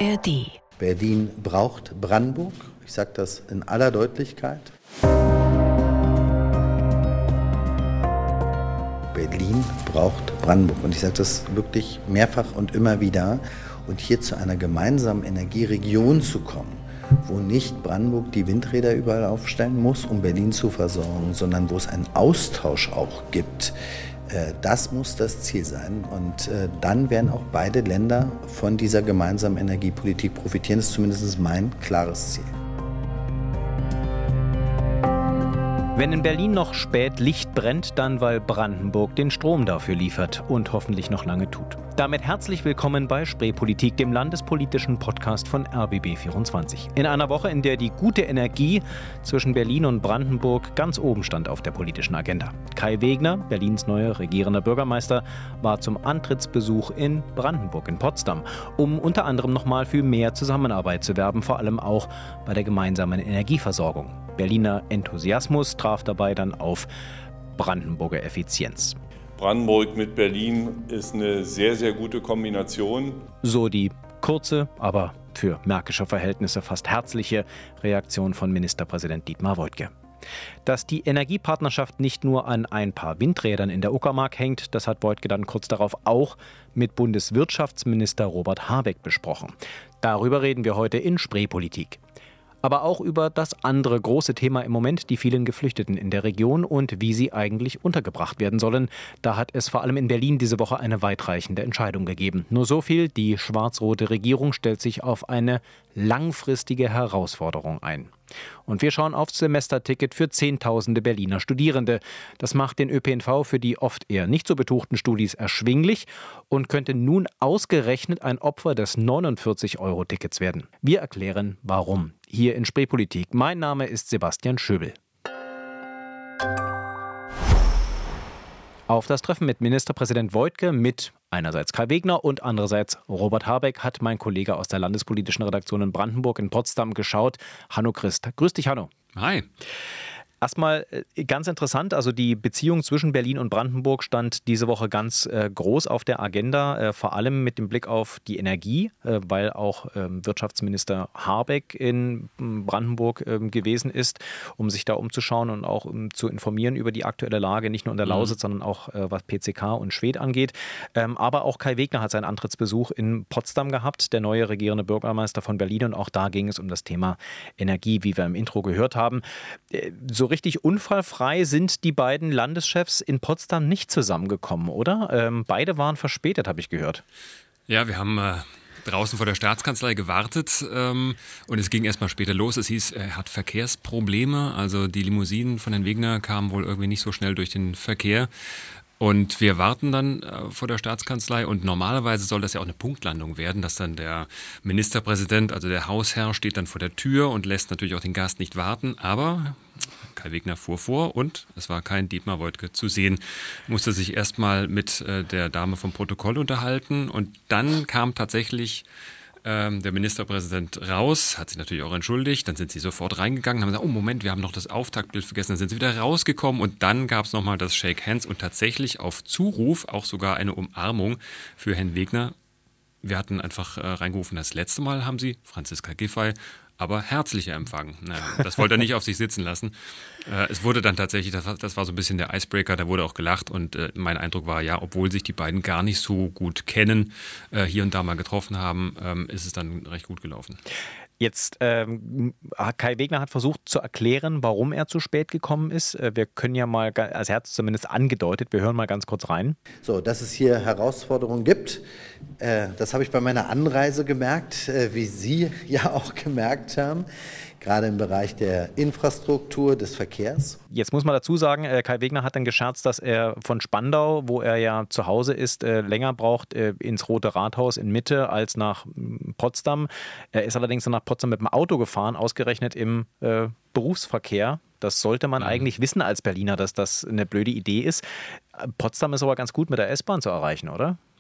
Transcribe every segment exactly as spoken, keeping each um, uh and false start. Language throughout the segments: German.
R D. Berlin braucht Brandenburg. Ich sage das in aller Deutlichkeit. Berlin braucht Brandenburg. Und ich sage das wirklich mehrfach und immer wieder. Und hier zu einer gemeinsamen Energieregion zu kommen, wo nicht Brandenburg die Windräder überall aufstellen muss, um Berlin zu versorgen, sondern wo es einen Austausch auch gibt. Das muss das Ziel sein. Und dann werden auch beide Länder von dieser gemeinsamen Energiepolitik profitieren. Das ist zumindest mein klares Ziel. Wenn in Berlin noch spät Licht brennt, dann weil Brandenburg den Strom dafür liefert und hoffentlich noch lange tut. Damit herzlich willkommen bei Spreepolitik, dem landespolitischen Podcast von R B B vierundzwanzig. In einer Woche, in der die gute Energie zwischen Berlin und Brandenburg ganz oben stand auf der politischen Agenda. Kai Wegner, Berlins neuer regierender Bürgermeister, war zum Antrittsbesuch in Brandenburg, in Potsdam, um unter anderem nochmal für mehr Zusammenarbeit zu werben, vor allem auch bei der gemeinsamen Energieversorgung. Berliner Enthusiasmus traf dabei dann auf Brandenburger Effizienz. Brandenburg mit Berlin ist eine sehr, sehr gute Kombination. So die kurze, aber für märkische Verhältnisse fast herzliche Reaktion von Ministerpräsident Dietmar Woidke. Dass die Energiepartnerschaft nicht nur an ein paar Windrädern in der Uckermark hängt, das hat Woidke dann kurz darauf auch mit Bundeswirtschaftsminister Robert Habeck besprochen. Darüber reden wir heute in Spreepolitik. Aber auch über das andere große Thema im Moment, die vielen Geflüchteten in der Region und wie sie eigentlich untergebracht werden sollen. Da hat es vor allem in Berlin diese Woche eine weitreichende Entscheidung gegeben. Nur so viel, die schwarz-rote Regierung stellt sich auf eine langfristige Herausforderung ein. Und wir schauen aufs Semesterticket für Zehntausende Berliner Studierende. Das macht den Ö P N V für die oft eher nicht so betuchten Studis erschwinglich und könnte nun ausgerechnet ein Opfer des neunundvierzig-Euro-Tickets werden. Wir erklären, warum. Hier in Spreepolitik. Mein Name ist Sebastian Schöbel. Auf das Treffen mit Ministerpräsident Woidke, mit einerseits Kai Wegner und andererseits Robert Habeck, hat mein Kollege aus der landespolitischen Redaktion in Brandenburg in Potsdam geschaut. Hanno Christ. Grüß dich, Hanno. Hi. Erstmal ganz interessant, also die Beziehung zwischen Berlin und Brandenburg stand diese Woche ganz äh, groß auf der Agenda, äh, vor allem mit dem Blick auf die Energie, äh, weil auch äh, Wirtschaftsminister Habeck in Brandenburg äh, gewesen ist, um sich da umzuschauen und auch um zu informieren über die aktuelle Lage, nicht nur in der Lausitz, mhm. sondern auch äh, was P C K und Schwedt angeht. Ähm, aber auch Kai Wegner hat seinen Antrittsbesuch in Potsdam gehabt, der neue regierende Bürgermeister von Berlin, und auch da ging es um das Thema Energie, wie wir im Intro gehört haben. Äh, so richtig unfallfrei sind die beiden Landeschefs in Potsdam nicht zusammengekommen, oder? Ähm, beide waren verspätet, habe ich gehört. Ja, wir haben äh, draußen vor der Staatskanzlei gewartet ähm, und es ging erstmal später los. Es hieß, er hat Verkehrsprobleme, also die Limousinen von Herrn Wegner kamen wohl irgendwie nicht so schnell durch den Verkehr. Und wir warten dann äh, vor der Staatskanzlei und normalerweise soll das ja auch eine Punktlandung werden, dass dann der Ministerpräsident, also der Hausherr, steht dann vor der Tür und lässt natürlich auch den Gast nicht warten. Aber Kai Wegner fuhr vor und es war kein Dietmar Woidke zu sehen. Musste sich erstmal mit äh, der Dame vom Protokoll unterhalten und dann kam tatsächlich Ähm, der Ministerpräsident raus, hat sich natürlich auch entschuldigt, dann sind sie sofort reingegangen, haben gesagt, oh Moment, wir haben noch das Auftaktbild vergessen, dann sind sie wieder rausgekommen und dann gab es nochmal das Shake Hands und tatsächlich auf Zuruf auch sogar eine Umarmung für Herrn Wegner. Wir hatten einfach äh, reingerufen, das letzte Mal haben sie, Franziska Giffey, aber herzlicher empfangen. Naja, das wollte er nicht auf sich sitzen lassen. Äh, es wurde dann tatsächlich, das war, das war so ein bisschen der Icebreaker, da wurde auch gelacht und äh, mein Eindruck war, ja, obwohl sich die beiden gar nicht so gut kennen, äh, hier und da mal getroffen haben, ähm, ist es dann recht gut gelaufen. Jetzt, ähm, Kai Wegner hat versucht zu erklären, warum er zu spät gekommen ist. Wir können ja mal, also er hat es zumindest angedeutet, wir hören mal ganz kurz rein. So, dass es hier Herausforderungen gibt, äh, das habe ich bei meiner Anreise gemerkt, äh, wie Sie ja auch gemerkt haben. Gerade im Bereich der Infrastruktur, des Verkehrs. Jetzt muss man dazu sagen, Kai Wegner hat dann gescherzt, dass er von Spandau, wo er ja zu Hause ist, länger braucht ins Rote Rathaus in Mitte als nach Potsdam. Er ist allerdings dann nach Potsdam mit dem Auto gefahren, ausgerechnet im äh, Berufsverkehr. Das sollte man mhm. eigentlich wissen als Berliner, dass das eine blöde Idee ist. Potsdam ist aber ganz gut mit der S-Bahn zu erreichen, oder?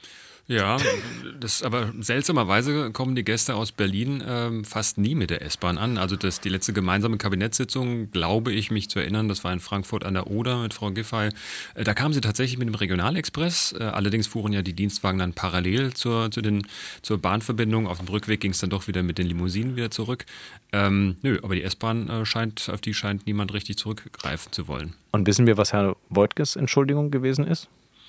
Ja, das aber seltsamerweise kommen die Gäste aus Berlin ähm, fast nie mit der S-Bahn an. Also das, die letzte gemeinsame Kabinettssitzung, glaube ich, mich zu erinnern, das war in Frankfurt an der Oder mit Frau Giffey. Äh, da kamen sie tatsächlich mit dem Regionalexpress. Äh, allerdings fuhren ja die Dienstwagen dann parallel zur, zu den, zur Bahnverbindung. Auf dem Rückweg ging es dann doch wieder mit den Limousinen wieder zurück. Ähm, nö, aber die S-Bahn äh, scheint, auf die scheint niemand richtig zurückgreifen zu wollen. Und wissen wir, was Herr Woidkes Entschuldigung gewesen ist?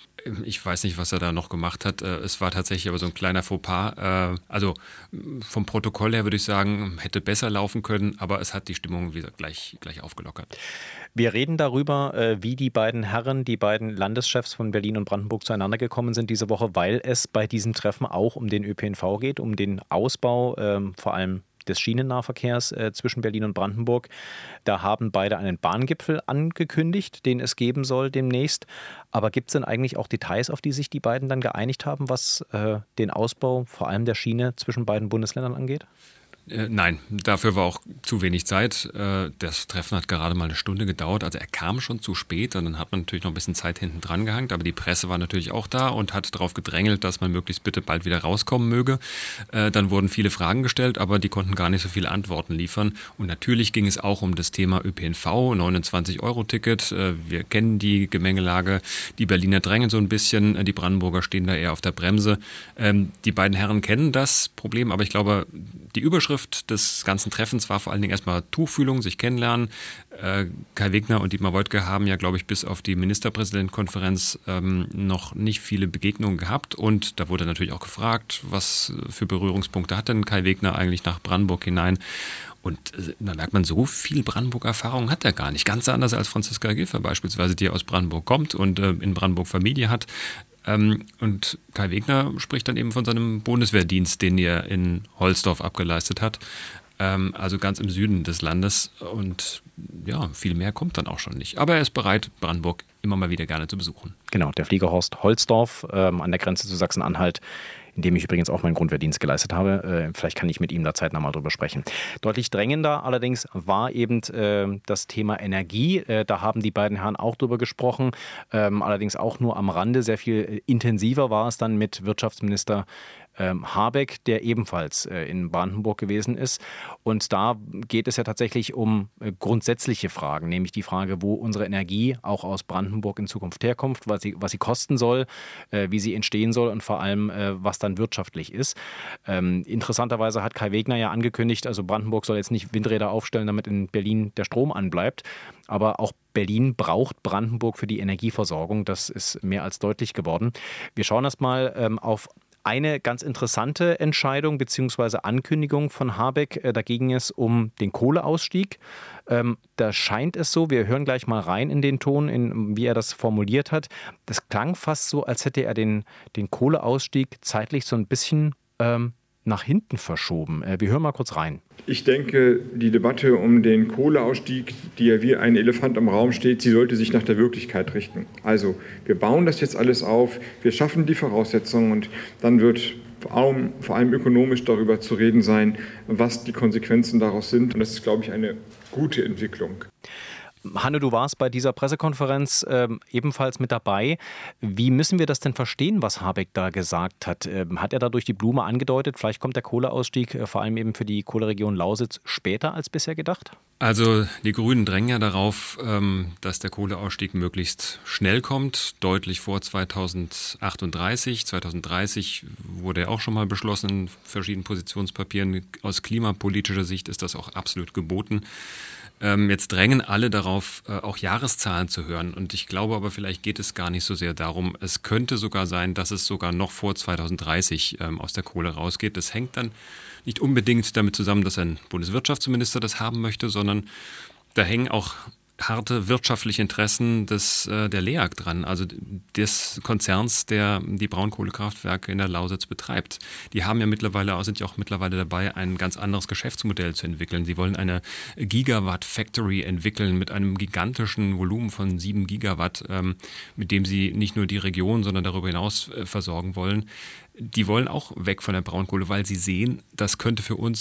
Ich weiß nicht, was er da noch gemacht hat. Es war tatsächlich aber so ein kleiner Fauxpas. Also vom Protokoll her würde ich sagen, hätte besser laufen können, aber es hat die Stimmung wieder gleich, gleich aufgelockert. Wir reden darüber, wie die beiden Herren, die beiden Landeschefs von Berlin und Brandenburg zueinander gekommen sind diese Woche, weil es bei diesem Treffen auch um den Ö P N V geht, um den Ausbau, ähm, vor allem des Schienennahverkehrs äh, zwischen Berlin und Brandenburg. Da haben beide einen Bahngipfel angekündigt, den es geben soll demnächst. Aber gibt es denn eigentlich auch Details, auf die sich die beiden dann geeinigt haben, was äh, den Ausbau vor allem der Schiene zwischen beiden Bundesländern angeht? Äh, nein, dafür war auch zu wenig Zeit. Äh, das Treffen hat gerade mal eine Stunde gedauert. Also er kam schon zu spät und dann hat man natürlich noch ein bisschen Zeit hinten dran gehangen. Aber die Presse war natürlich auch da und hat darauf gedrängelt, dass man möglichst bitte bald wieder rauskommen möge. Äh, dann wurden viele Fragen gestellt, aber die konnten gar nicht so viele Antworten liefern. Und natürlich ging es auch um das Thema Ö P N V, neunundzwanzig Euro Ticket. Äh, wir kennen die Gemengelage. Die Berliner drängen so ein bisschen. Die Brandenburger stehen da eher auf der Bremse. Ähm, die beiden Herren kennen das Problem, aber ich glaube, die Überschrift des ganzen Treffens war vor allen Dingen erstmal Tuchfühlung, sich kennenlernen. Äh, Kai Wegner und Dietmar Woidke haben ja, glaube ich, bis auf die Ministerpräsidentenkonferenz ähm, noch nicht viele Begegnungen gehabt. Und da wurde natürlich auch gefragt, was für Berührungspunkte hat denn Kai Wegner eigentlich nach Brandenburg hinein? Und äh, da merkt man, so viel Brandenburg-Erfahrung hat er gar nicht. Ganz anders als Franziska Giffey beispielsweise, die aus Brandenburg kommt und äh, in Brandenburg Familie hat. Ähm, und Kai Wegner spricht dann eben von seinem Bundeswehrdienst, den er in Holzdorf abgeleistet hat. Ähm, also ganz im Süden des Landes. Und ja, viel mehr kommt dann auch schon nicht. Aber er ist bereit, Brandenburg immer mal wieder gerne zu besuchen. Genau, der Fliegerhorst Holzdorf ähm, an der Grenze zu Sachsen-Anhalt, in dem ich übrigens auch meinen Grundwehrdienst geleistet habe. Äh, vielleicht kann ich mit ihm da zeitnah mal drüber sprechen. Deutlich drängender allerdings war eben äh, das Thema Energie. Äh, da haben die beiden Herren auch drüber gesprochen, ähm, allerdings auch nur am Rande. Sehr viel intensiver war es dann mit Wirtschaftsminister ähm, Habeck, der ebenfalls äh, in Brandenburg gewesen ist. Und da geht es ja tatsächlich um äh, grundsätzliche Fragen, nämlich die Frage, wo unsere Energie auch aus Brandenburg in Zukunft herkommt, was sie, was sie kosten soll, äh, wie sie entstehen soll und vor allem, äh, was dann wirtschaftlich ist. Ähm, interessanterweise hat Kai Wegner ja angekündigt, also Brandenburg soll jetzt nicht Windräder aufstellen, damit in Berlin der Strom anbleibt. Aber auch Berlin braucht Brandenburg für die Energieversorgung. Das ist mehr als deutlich geworden. Wir schauen erst mal ähm, auf eine ganz interessante Entscheidung bzw. Ankündigung von Habeck. Da ging es um den Kohleausstieg. Ähm, da scheint es so, wir hören gleich mal rein in den Ton, in, wie er das formuliert hat. Das klang fast so, als hätte er den, den Kohleausstieg zeitlich so ein bisschen ähm, nach hinten verschoben. Äh, wir hören mal kurz rein. Ich denke, die Debatte um den Kohleausstieg, die ja wie ein Elefant im Raum steht, sie sollte sich nach der Wirklichkeit richten. Also wir bauen das jetzt alles auf, wir schaffen die Voraussetzungen und dann wird vor allem, vor allem ökonomisch darüber zu reden sein, was die Konsequenzen daraus sind. Und das ist, glaube ich, eine gute Entwicklung. Hanne, du warst bei dieser Pressekonferenz ähm, ebenfalls mit dabei. Wie müssen wir das denn verstehen, was Habeck da gesagt hat? Ähm, hat er da durch die Blume angedeutet, vielleicht kommt der Kohleausstieg äh, vor allem eben für die Kohleregion Lausitz später als bisher gedacht? Also die Grünen drängen ja darauf, ähm, dass der Kohleausstieg möglichst schnell kommt, deutlich vor zweitausendachtunddreißig. zweitausenddreißig wurde ja auch schon mal beschlossen in verschiedenen Positionspapieren. Aus klimapolitischer Sicht ist das auch absolut geboten. Ähm, jetzt drängen alle darauf, äh, auch Jahreszahlen zu hören. Und ich glaube aber, vielleicht geht es gar nicht so sehr darum. Es könnte sogar sein, dass es sogar noch vor zweitausenddreißig ähm, aus der Kohle rausgeht. Das hängt dann nicht unbedingt damit zusammen, dass ein Bundeswirtschaftsminister das haben möchte, sondern da hängen auch harte wirtschaftliche Interessen des, äh, der L E A G dran, also des Konzerns, der die Braunkohlekraftwerke in der Lausitz betreibt. Die haben ja mittlerweile, sind ja auch mittlerweile dabei, ein ganz anderes Geschäftsmodell zu entwickeln. Sie wollen eine Gigawatt-Factory entwickeln mit einem gigantischen Volumen von sieben Gigawatt, ähm, mit dem sie nicht nur die Region, sondern darüber hinaus äh, versorgen wollen. Die wollen auch weg von der Braunkohle, weil sie sehen, das könnte für uns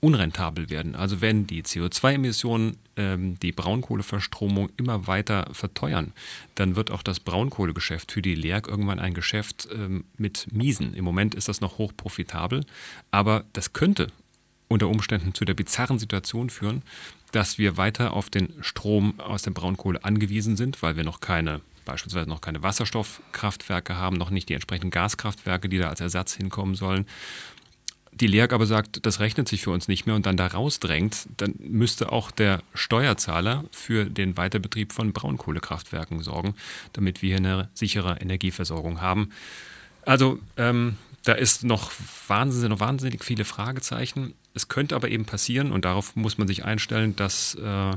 unrentabel werden. Also wenn die C O zwei Emissionen ähm, die Braunkohleverstromung immer weiter verteuern, dann wird auch das Braunkohlegeschäft für die L E A G irgendwann ein Geschäft ähm, mit Miesen. Im Moment ist das noch hoch profitabel, aber das könnte unter Umständen zu der bizarren Situation führen, dass wir weiter auf den Strom aus der Braunkohle angewiesen sind, weil wir noch keine, beispielsweise noch keine Wasserstoffkraftwerke haben, noch nicht die entsprechenden Gaskraftwerke, die da als Ersatz hinkommen sollen. Die L E A G aber sagt, das rechnet sich für uns nicht mehr und dann da rausdrängt, dann müsste auch der Steuerzahler für den Weiterbetrieb von Braunkohlekraftwerken sorgen, damit wir hier eine sichere Energieversorgung haben. Also ähm, da ist noch wahnsinnig, noch wahnsinnig viele Fragezeichen. Es könnte aber eben passieren, und darauf muss man sich einstellen, dass äh,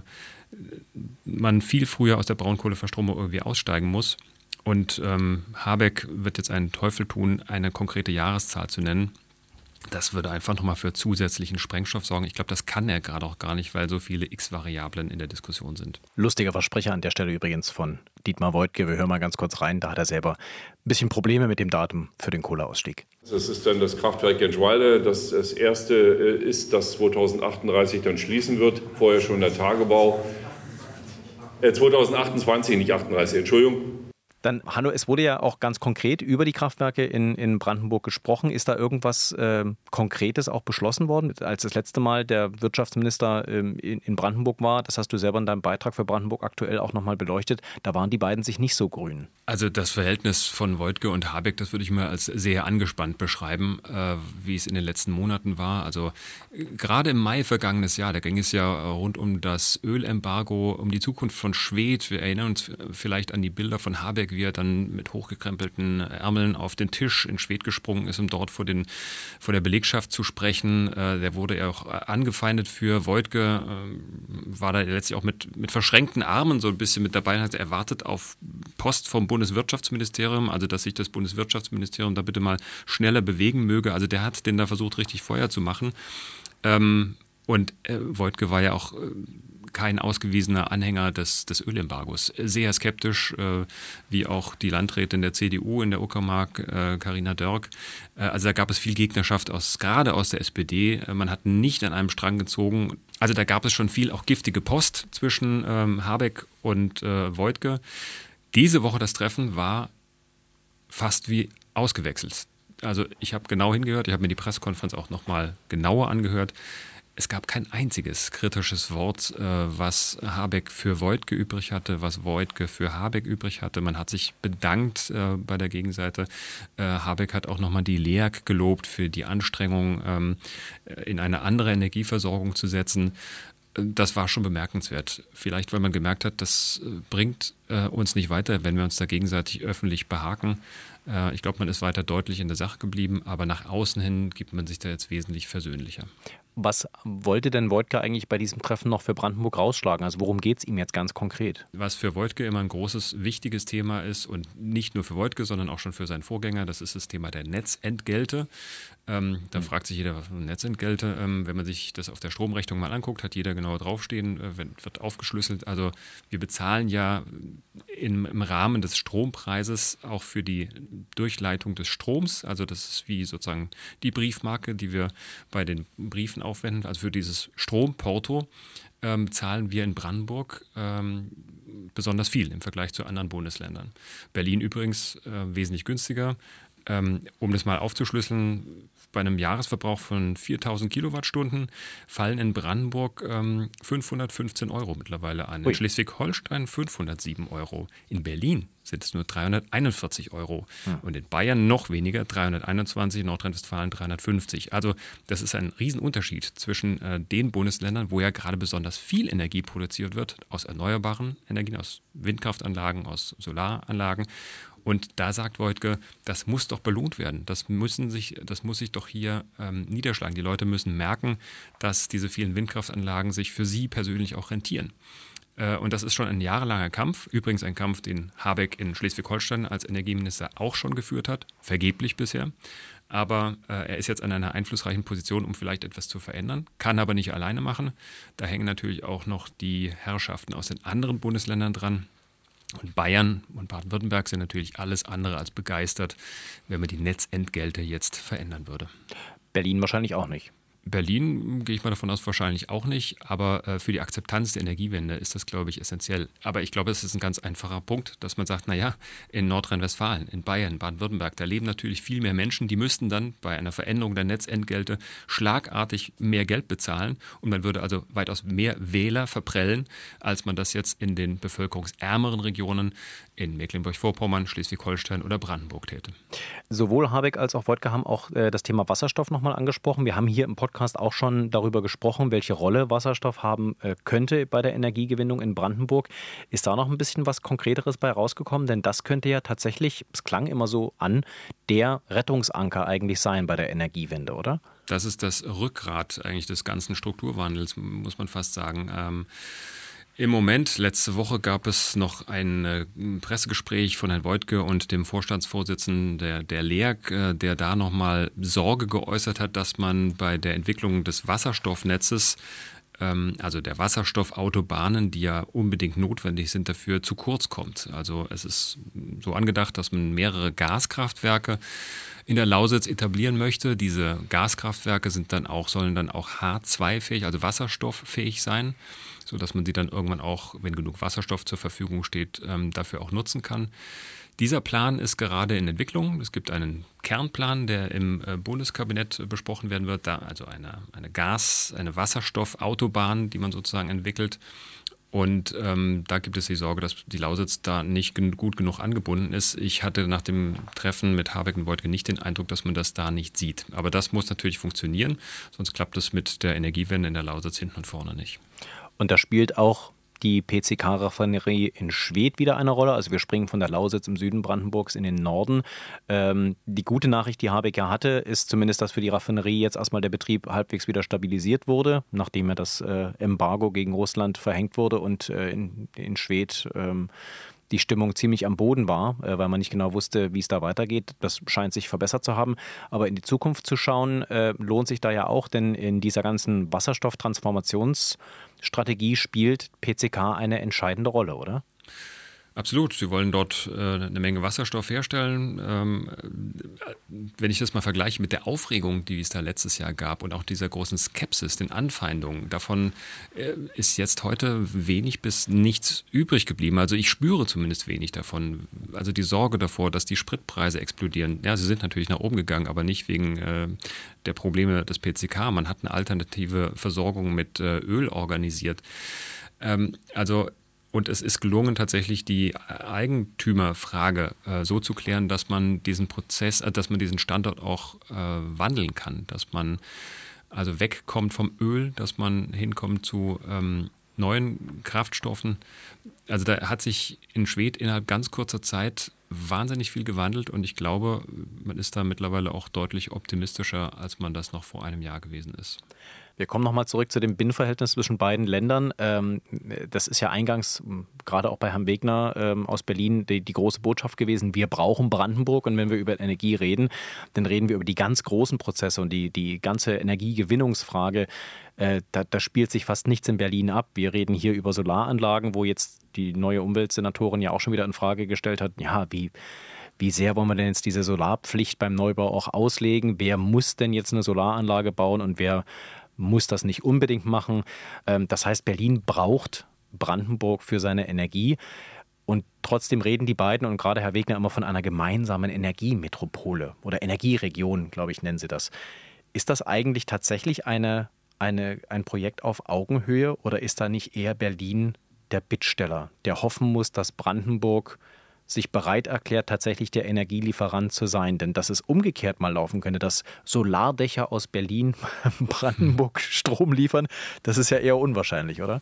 man viel früher aus der Braunkohleverstromung irgendwie aussteigen muss. Und ähm, Habeck wird jetzt einen Teufel tun, eine konkrete Jahreszahl zu nennen. Das würde einfach nochmal für zusätzlichen Sprengstoff sorgen. Ich glaube, das kann er gerade auch gar nicht, weil so viele X-Variablen in der Diskussion sind. Lustiger Versprecher an der Stelle übrigens von Dietmar Woidke. Wir hören mal ganz kurz rein. Da hat er selber ein bisschen Probleme mit dem Datum für den Kohleausstieg. Das ist dann das Kraftwerk Genschwalde. Das, das erste ist, das zweitausendachtunddreißig dann schließen wird. Vorher schon der Tagebau. Äh, zweitausendachtundzwanzig, nicht achtunddreißig, Entschuldigung. Dann, Hanno, es wurde ja auch ganz konkret über die Kraftwerke in, in Brandenburg gesprochen. Ist da irgendwas äh, Konkretes auch beschlossen worden? Als das letzte Mal der Wirtschaftsminister ähm, in, in Brandenburg war, das hast du selber in deinem Beitrag für Brandenburg aktuell auch nochmal beleuchtet, da waren die beiden sich nicht so grün. Also das Verhältnis von Woidke und Habeck, das würde ich mal als sehr angespannt beschreiben, äh, wie es in den letzten Monaten war. Also äh, gerade im Mai vergangenes Jahr, da ging es ja äh, rund um das Ölembargo, um die Zukunft von Schwedt. Wir erinnern uns vielleicht an die Bilder von Habeck, wie er dann mit hochgekrempelten Ärmeln auf den Tisch in Schwedt gesprungen ist, um dort vor, den, vor der Belegschaft zu sprechen. Äh, der wurde ja auch angefeindet für. Woidke äh, war da letztlich auch mit, mit verschränkten Armen so ein bisschen mit dabei und hat erwartet auf Post vom Bundeswirtschaftsministerium, also dass sich das Bundeswirtschaftsministerium da bitte mal schneller bewegen möge. Also der hat den da versucht, richtig Feuer zu machen. Ähm, und äh, Woidke war ja auch äh, kein ausgewiesener Anhänger des, des Ölembargos. Sehr skeptisch, äh, wie auch die Landrätin der C D U in der Uckermark, äh, Carina Dörk. Äh, also da gab es viel Gegnerschaft, aus, gerade aus der S P D. Äh, man hat nicht an einem Strang gezogen. Also da gab es schon viel auch giftige Post zwischen ähm, Habeck und äh, Woidke. Diese Woche das Treffen war fast wie ausgewechselt. Also ich habe genau hingehört, ich habe mir die Pressekonferenz auch nochmal genauer angehört. Es gab kein einziges kritisches Wort, äh, was Habeck für Woidke übrig hatte, was Woidke für Habeck übrig hatte. Man hat sich bedankt äh, bei der Gegenseite. Äh, Habeck hat auch nochmal die L E A G gelobt für die Anstrengung, ähm, in eine andere Energieversorgung zu setzen. Das war schon bemerkenswert. Vielleicht, weil man gemerkt hat, das bringt äh, uns nicht weiter, wenn wir uns da gegenseitig öffentlich behaken. Äh, ich glaube, man ist weiter deutlich in der Sache geblieben, aber nach außen hin gibt man sich da jetzt wesentlich versöhnlicher. Was wollte denn Woidke eigentlich bei diesem Treffen noch für Brandenburg rausschlagen? Also worum geht es ihm jetzt ganz konkret? Was für Woidke immer ein großes, wichtiges Thema ist und nicht nur für Woidke, sondern auch schon für seinen Vorgänger, das ist das Thema der Netzentgelte. Ähm, da mhm. fragt sich jeder, was sind Netzentgelte? Ähm, wenn man sich das auf der Stromrechnung mal anguckt, hat jeder genau draufstehen, äh, wird aufgeschlüsselt. Also wir bezahlen ja im, im Rahmen des Strompreises auch für die Durchleitung des Stroms. Also das ist wie sozusagen die Briefmarke, die wir bei den Briefen aufwenden. Also für dieses Stromporto ähm, zahlen wir in Brandenburg ähm, besonders viel im Vergleich zu anderen Bundesländern. Berlin übrigens äh, wesentlich günstiger. Ähm, um das mal aufzuschlüsseln, bei einem Jahresverbrauch von viertausend Kilowattstunden fallen in Brandenburg ähm, fünfhundertfünfzehn Euro mittlerweile an. In Ui. Schleswig-Holstein fünfhundertsieben Euro. In Berlin sind es nur dreihunderteinundvierzig Euro. Hm. Und in Bayern noch weniger, dreihunderteinundzwanzig, in Nordrhein-Westfalen dreihundertfünfzig. Also das ist ein Riesenunterschied zwischen äh, den Bundesländern, wo ja gerade besonders viel Energie produziert wird, aus erneuerbaren Energien, aus Windkraftanlagen, aus Solaranlagen. Und da sagt Woidke, das muss doch belohnt werden. Das, müssen sich, das muss sich doch hier ähm, niederschlagen. Die Leute müssen merken, dass diese vielen Windkraftanlagen sich für sie persönlich auch rentieren. Äh, und das ist schon ein jahrelanger Kampf. Übrigens ein Kampf, den Habeck in Schleswig-Holstein als Energieminister auch schon geführt hat. Vergeblich bisher. Aber äh, er ist jetzt an einer einflussreichen Position, um vielleicht etwas zu verändern. Kann aber nicht alleine machen. Da hängen natürlich auch noch die Herrschaften aus den anderen Bundesländern dran. Und Bayern und Baden-Württemberg sind natürlich alles andere als begeistert, wenn man die Netzentgelte jetzt verändern würde. Berlin wahrscheinlich auch nicht. Berlin gehe ich mal davon aus, wahrscheinlich auch nicht, aber äh, für die Akzeptanz der Energiewende ist das, glaube ich, essentiell. Aber ich glaube, es ist ein ganz einfacher Punkt, dass man sagt, naja, in Nordrhein-Westfalen, in Bayern, Baden-Württemberg, da leben natürlich viel mehr Menschen, die müssten dann bei einer Veränderung der Netzentgelte schlagartig mehr Geld bezahlen und man würde also weitaus mehr Wähler verprellen, als man das jetzt in den bevölkerungsärmeren Regionen in Mecklenburg-Vorpommern, Schleswig-Holstein oder Brandenburg täte. Sowohl Habeck als auch Woidke haben auch äh, das Thema Wasserstoff nochmal angesprochen. Wir haben hier im Podcast auch schon darüber gesprochen, welche Rolle Wasserstoff haben äh, könnte bei der Energiegewinnung in Brandenburg. Ist da noch ein bisschen was Konkreteres bei rausgekommen? Denn das könnte ja tatsächlich, es klang immer so an, der Rettungsanker eigentlich sein bei der Energiewende, oder? Das ist das Rückgrat eigentlich des ganzen Strukturwandels, muss man fast sagen. Ähm, Im Moment, letzte Woche gab es noch ein äh, Pressegespräch von Herrn Woidke und dem Vorstandsvorsitzenden der, der L E A G, äh, der da nochmal Sorge geäußert hat, dass man bei der Entwicklung des Wasserstoffnetzes, ähm, also der Wasserstoffautobahnen, die ja unbedingt notwendig sind dafür, zu kurz kommt. Also es ist so angedacht, dass man mehrere Gaskraftwerke in der Lausitz etablieren möchte. Diese Gaskraftwerke sind dann auch, sollen dann auch H zwei fähig, also wasserstofffähig sein, sodass man sie dann irgendwann auch, wenn genug Wasserstoff zur Verfügung steht, dafür auch nutzen kann. Dieser Plan ist gerade in Entwicklung. Es gibt einen Kernplan, der im Bundeskabinett besprochen werden wird, da also eine, eine Gas-, eine Wasserstoffautobahn, die man sozusagen entwickelt. Und ähm, da gibt es die Sorge, dass die Lausitz da nicht gen- gut genug angebunden ist. Ich hatte nach dem Treffen mit Habeck und Woidke nicht den Eindruck, dass man das da nicht sieht. Aber das muss natürlich funktionieren, sonst klappt es mit der Energiewende in der Lausitz hinten und vorne nicht. Und da spielt auch die P C K-Raffinerie in Schwedt wieder eine Rolle. Also wir springen von der Lausitz im Süden Brandenburgs in den Norden. Ähm, die gute Nachricht, die Habeck ja hatte, ist zumindest, dass für die Raffinerie jetzt erstmal der Betrieb halbwegs wieder stabilisiert wurde, nachdem ja das äh, Embargo gegen Russland verhängt wurde und äh, in, in Schwedt ähm, die Stimmung ziemlich am Boden war, äh, weil man nicht genau wusste, wie es da weitergeht. Das scheint sich verbessert zu haben. Aber in die Zukunft zu schauen, äh, lohnt sich da ja auch, denn in dieser ganzen Wasserstofftransformationsstrategie spielt P C K eine entscheidende Rolle, oder? Absolut. Sie wollen dort äh, eine Menge Wasserstoff herstellen. Ähm, wenn ich das mal vergleiche mit der Aufregung, die es da letztes Jahr gab und auch dieser großen Skepsis, den Anfeindungen, davon äh, ist jetzt heute wenig bis nichts übrig geblieben. Also ich spüre zumindest wenig davon. Also die Sorge davor, dass die Spritpreise explodieren. Ja, sie sind natürlich nach oben gegangen, aber nicht wegen äh, der Probleme des P C K. Man hat eine alternative Versorgung mit äh, Öl organisiert. Ähm, also Und es ist gelungen, tatsächlich die Eigentümerfrage äh, so zu klären, dass man diesen Prozess, äh, dass man diesen Standort auch äh, wandeln kann, dass man also wegkommt vom Öl, dass man hinkommt zu ähm, neuen Kraftstoffen. Also da hat sich in Schwedt innerhalb ganz kurzer Zeit wahnsinnig viel gewandelt und ich glaube, man ist da mittlerweile auch deutlich optimistischer, als man das noch vor einem Jahr gewesen ist. Wir kommen nochmal zurück zu dem Binnenverhältnis zwischen beiden Ländern. Das ist ja eingangs, gerade auch bei Herrn Wegner aus Berlin, die, die große Botschaft gewesen, wir brauchen Brandenburg. Und wenn wir über Energie reden, dann reden wir über die ganz großen Prozesse und die, die ganze Energiegewinnungsfrage. Da, da spielt sich fast nichts in Berlin ab. Wir reden hier über Solaranlagen, wo jetzt die neue Umweltsenatorin ja auch schon wieder in Frage gestellt hat, ja, wie... Wie sehr wollen wir denn jetzt diese Solarpflicht beim Neubau auch auslegen? Wer muss denn jetzt eine Solaranlage bauen und wer muss das nicht unbedingt machen? Das heißt, Berlin braucht Brandenburg für seine Energie. Und trotzdem reden die beiden und gerade Herr Wegner immer von einer gemeinsamen Energiemetropole oder Energieregion, glaube ich, nennen sie das. Ist das eigentlich tatsächlich eine, eine, ein Projekt auf Augenhöhe oder ist da nicht eher Berlin der Bittsteller, der hoffen muss, dass Brandenburg sich bereit erklärt, tatsächlich der Energielieferant zu sein? Denn dass es umgekehrt mal laufen könnte, dass Solardächer aus Berlin Brandenburg Strom liefern, das ist ja eher unwahrscheinlich, oder?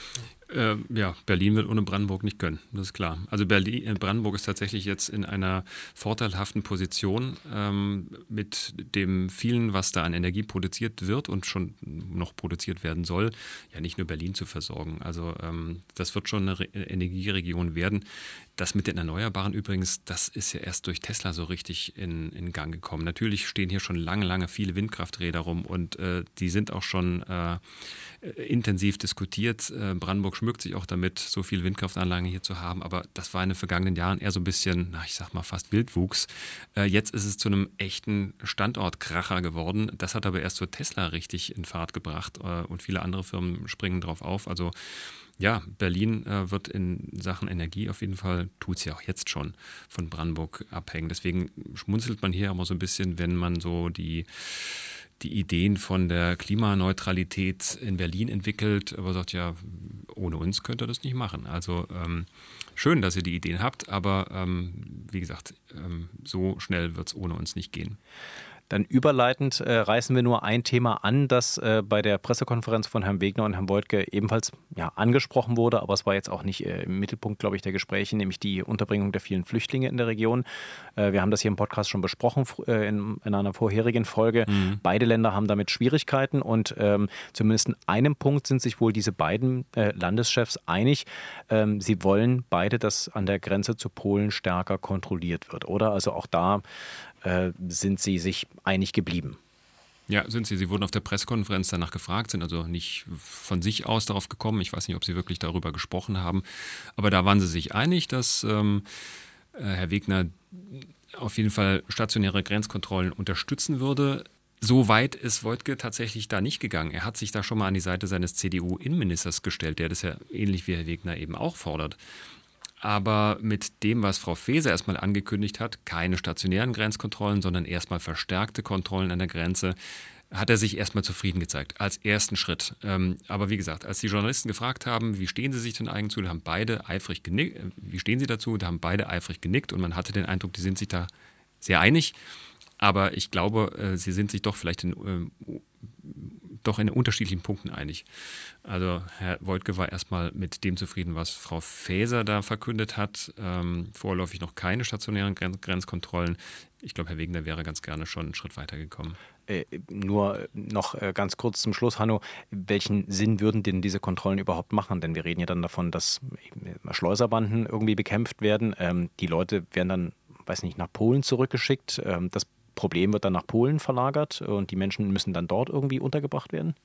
Äh, ja, Berlin wird ohne Brandenburg nicht können, das ist klar. Also Berlin, Brandenburg ist tatsächlich jetzt in einer vorteilhaften Position ähm, mit dem vielen, was da an Energie produziert wird und schon noch produziert werden soll, ja nicht nur Berlin zu versorgen. Also ähm, das wird schon eine Re- Energieregion werden. Das mit den Erneuerbaren übrigens, das ist ja erst durch Tesla so richtig in, in Gang gekommen. Natürlich stehen hier schon lange, lange viele Windkrafträder rum und äh, die sind auch schon äh, intensiv diskutiert. Äh, Brandenburg Brandenburg schmückt sich auch damit, so viele Windkraftanlagen hier zu haben, aber das war in den vergangenen Jahren eher so ein bisschen, na, ich sag mal fast Wildwuchs. Äh, jetzt ist es zu einem echten Standortkracher geworden. Das hat aber erst so Tesla richtig in Fahrt gebracht äh, und viele andere Firmen springen drauf auf. Also ja, Berlin äh, wird in Sachen Energie auf jeden Fall, tut es ja auch jetzt schon, von Brandenburg abhängen. Deswegen schmunzelt man hier immer so ein bisschen, wenn man so die, die Ideen von der Klimaneutralität in Berlin entwickelt, aber sagt, ja, ohne uns könnt ihr das nicht machen. Also ähm, schön, dass ihr die Ideen habt, aber ähm, wie gesagt, ähm, so schnell wird es ohne uns nicht gehen. Dann überleitend äh, reißen wir nur ein Thema an, das äh, bei der Pressekonferenz von Herrn Wegner und Herrn Woidke ebenfalls ja, angesprochen wurde, aber es war jetzt auch nicht äh, im Mittelpunkt, glaube ich, der Gespräche, nämlich die Unterbringung der vielen Flüchtlinge in der Region. Äh, wir haben das hier im Podcast schon besprochen äh, in, in einer vorherigen Folge. Mhm. Beide Länder haben damit Schwierigkeiten und ähm, zumindest in einem Punkt sind sich wohl diese beiden äh, Landeschefs einig. Ähm, sie wollen beide, dass an der Grenze zu Polen stärker kontrolliert wird, oder? Also auch da sind sie sich einig geblieben. Ja, sind sie. Sie wurden auf der Pressekonferenz danach gefragt, sind also nicht von sich aus darauf gekommen. Ich weiß nicht, ob sie wirklich darüber gesprochen haben. Aber da waren sie sich einig, dass ähm, Herr Wegner auf jeden Fall stationäre Grenzkontrollen unterstützen würde. So weit ist Woidke tatsächlich da nicht gegangen. Er hat sich da schon mal an die Seite seines C D U-Innenministers gestellt, der das ja ähnlich wie Herr Wegner eben auch fordert. Aber mit dem, was Frau Faeser erstmal angekündigt hat, keine stationären Grenzkontrollen, sondern erstmal verstärkte Kontrollen an der Grenze, hat er sich erstmal zufrieden gezeigt, als ersten Schritt. Ähm, aber wie gesagt, als die Journalisten gefragt haben, wie stehen sie sich denn eigentlich zu, da haben beide eifrig genickt, wie stehen sie dazu, da haben beide eifrig genickt und man hatte den Eindruck, die sind sich da sehr einig. Aber ich glaube, äh, sie sind sich doch vielleicht in, äh, doch in unterschiedlichen Punkten einig. Also Herr Woidke war erstmal mit dem zufrieden, was Frau Faeser da verkündet hat. Ähm, vorläufig noch keine stationären Gren- Grenzkontrollen. Ich glaube, Herr Wegner wäre ganz gerne schon einen Schritt weiter gekommen. Äh, nur noch äh, ganz kurz zum Schluss, Hanno, welchen Sinn würden denn diese Kontrollen überhaupt machen? Denn wir reden ja dann davon, dass Schleuserbanden irgendwie bekämpft werden. Ähm, die Leute werden dann, weiß nicht, nach Polen zurückgeschickt. Ähm, das Problem wird dann nach Polen verlagert und die Menschen müssen dann dort irgendwie untergebracht werden?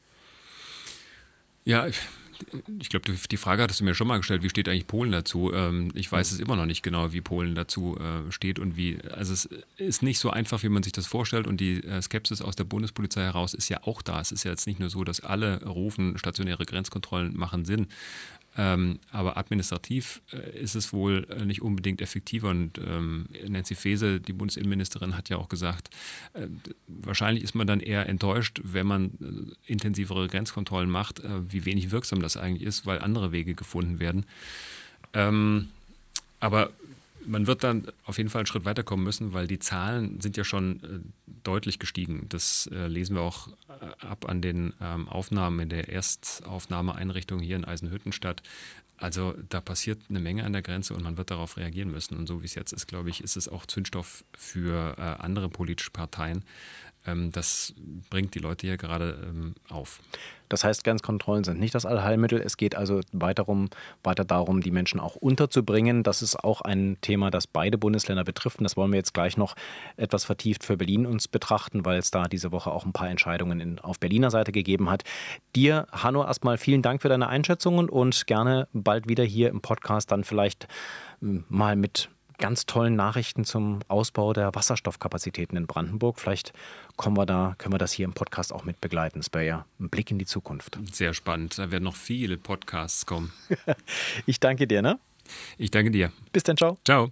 Ja, ich glaube, die Frage hattest du mir schon mal gestellt, wie steht eigentlich Polen dazu? Ich weiß es immer noch nicht genau, wie Polen dazu steht und wie, also es ist nicht so einfach, wie man sich das vorstellt und die Skepsis aus der Bundespolizei heraus ist ja auch da. Es ist ja jetzt nicht nur so, dass alle rufen, stationäre Grenzkontrollen machen Sinn. Ähm, aber administrativ äh, ist es wohl äh, nicht unbedingt effektiver und ähm, Nancy Faeser, die Bundesinnenministerin, hat ja auch gesagt, äh, wahrscheinlich ist man dann eher enttäuscht, wenn man äh, intensivere Grenzkontrollen macht, äh, wie wenig wirksam das eigentlich ist, weil andere Wege gefunden werden. Ähm, aber man wird dann auf jeden Fall einen Schritt weiterkommen müssen, weil die Zahlen sind ja schon äh, deutlich gestiegen. Das äh, lesen wir auch äh, ab an den ähm, Aufnahmen in der Erstaufnahmeeinrichtung hier in Eisenhüttenstadt. Also da passiert eine Menge an der Grenze und man wird darauf reagieren müssen. Und so wie es jetzt ist, glaube ich, ist es auch Zündstoff für äh, andere politische Parteien. Ähm, das bringt die Leute hier gerade ähm, auf. Das heißt, Grenzkontrollen sind nicht das Allheilmittel. Es geht also weiter, um, weiter darum, die Menschen auch unterzubringen. Das ist auch ein Thema, das beide Bundesländer betrifft. Und das wollen wir jetzt gleich noch etwas vertieft für Berlin uns betrachten, weil es da diese Woche auch ein paar Entscheidungen in, auf Berliner Seite gegeben hat. Dir, Hanno, erstmal vielen Dank für deine Einschätzungen und gerne bald wieder hier im Podcast dann vielleicht mal mit ganz tollen Nachrichten zum Ausbau der Wasserstoffkapazitäten in Brandenburg. Vielleicht kommen wir da, können wir das hier im Podcast auch mit begleiten. Das wäre ja ein Blick in die Zukunft. Sehr spannend. Da werden noch viele Podcasts kommen. Ich danke dir, ne? Ich danke dir. Bis dann, ciao. Ciao.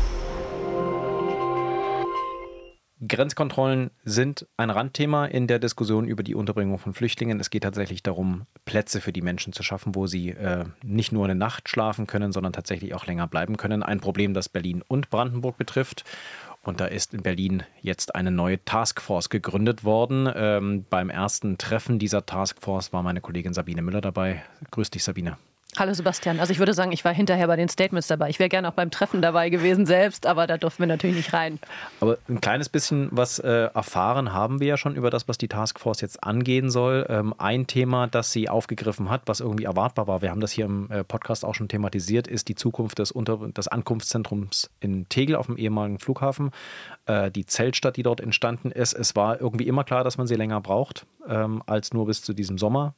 Grenzkontrollen sind ein Randthema in der Diskussion über die Unterbringung von Flüchtlingen. Es geht tatsächlich darum, Plätze für die Menschen zu schaffen, wo sie äh, nicht nur eine Nacht schlafen können, sondern tatsächlich auch länger bleiben können. Ein Problem, das Berlin und Brandenburg betrifft. Und da ist in Berlin jetzt eine neue Taskforce gegründet worden. Ähm, beim ersten Treffen dieser Taskforce war meine Kollegin Sabine Müller dabei. Grüß dich, Sabine. Hallo Sebastian. Also ich würde sagen, ich war hinterher bei den Statements dabei. Ich wäre gerne auch beim Treffen dabei gewesen selbst, aber da durften wir natürlich nicht rein. Aber ein kleines bisschen was äh, erfahren haben wir ja schon über das, was die Taskforce jetzt angehen soll. Ähm, ein Thema, das sie aufgegriffen hat, was irgendwie erwartbar war, wir haben das hier im äh, Podcast auch schon thematisiert, ist die Zukunft des, Unter- des Ankunftszentrums in Tegel auf dem ehemaligen Flughafen. Äh, die Zeltstadt, die dort entstanden ist. Es war irgendwie immer klar, dass man sie länger braucht ähm, als nur bis zu diesem Sommer. Ich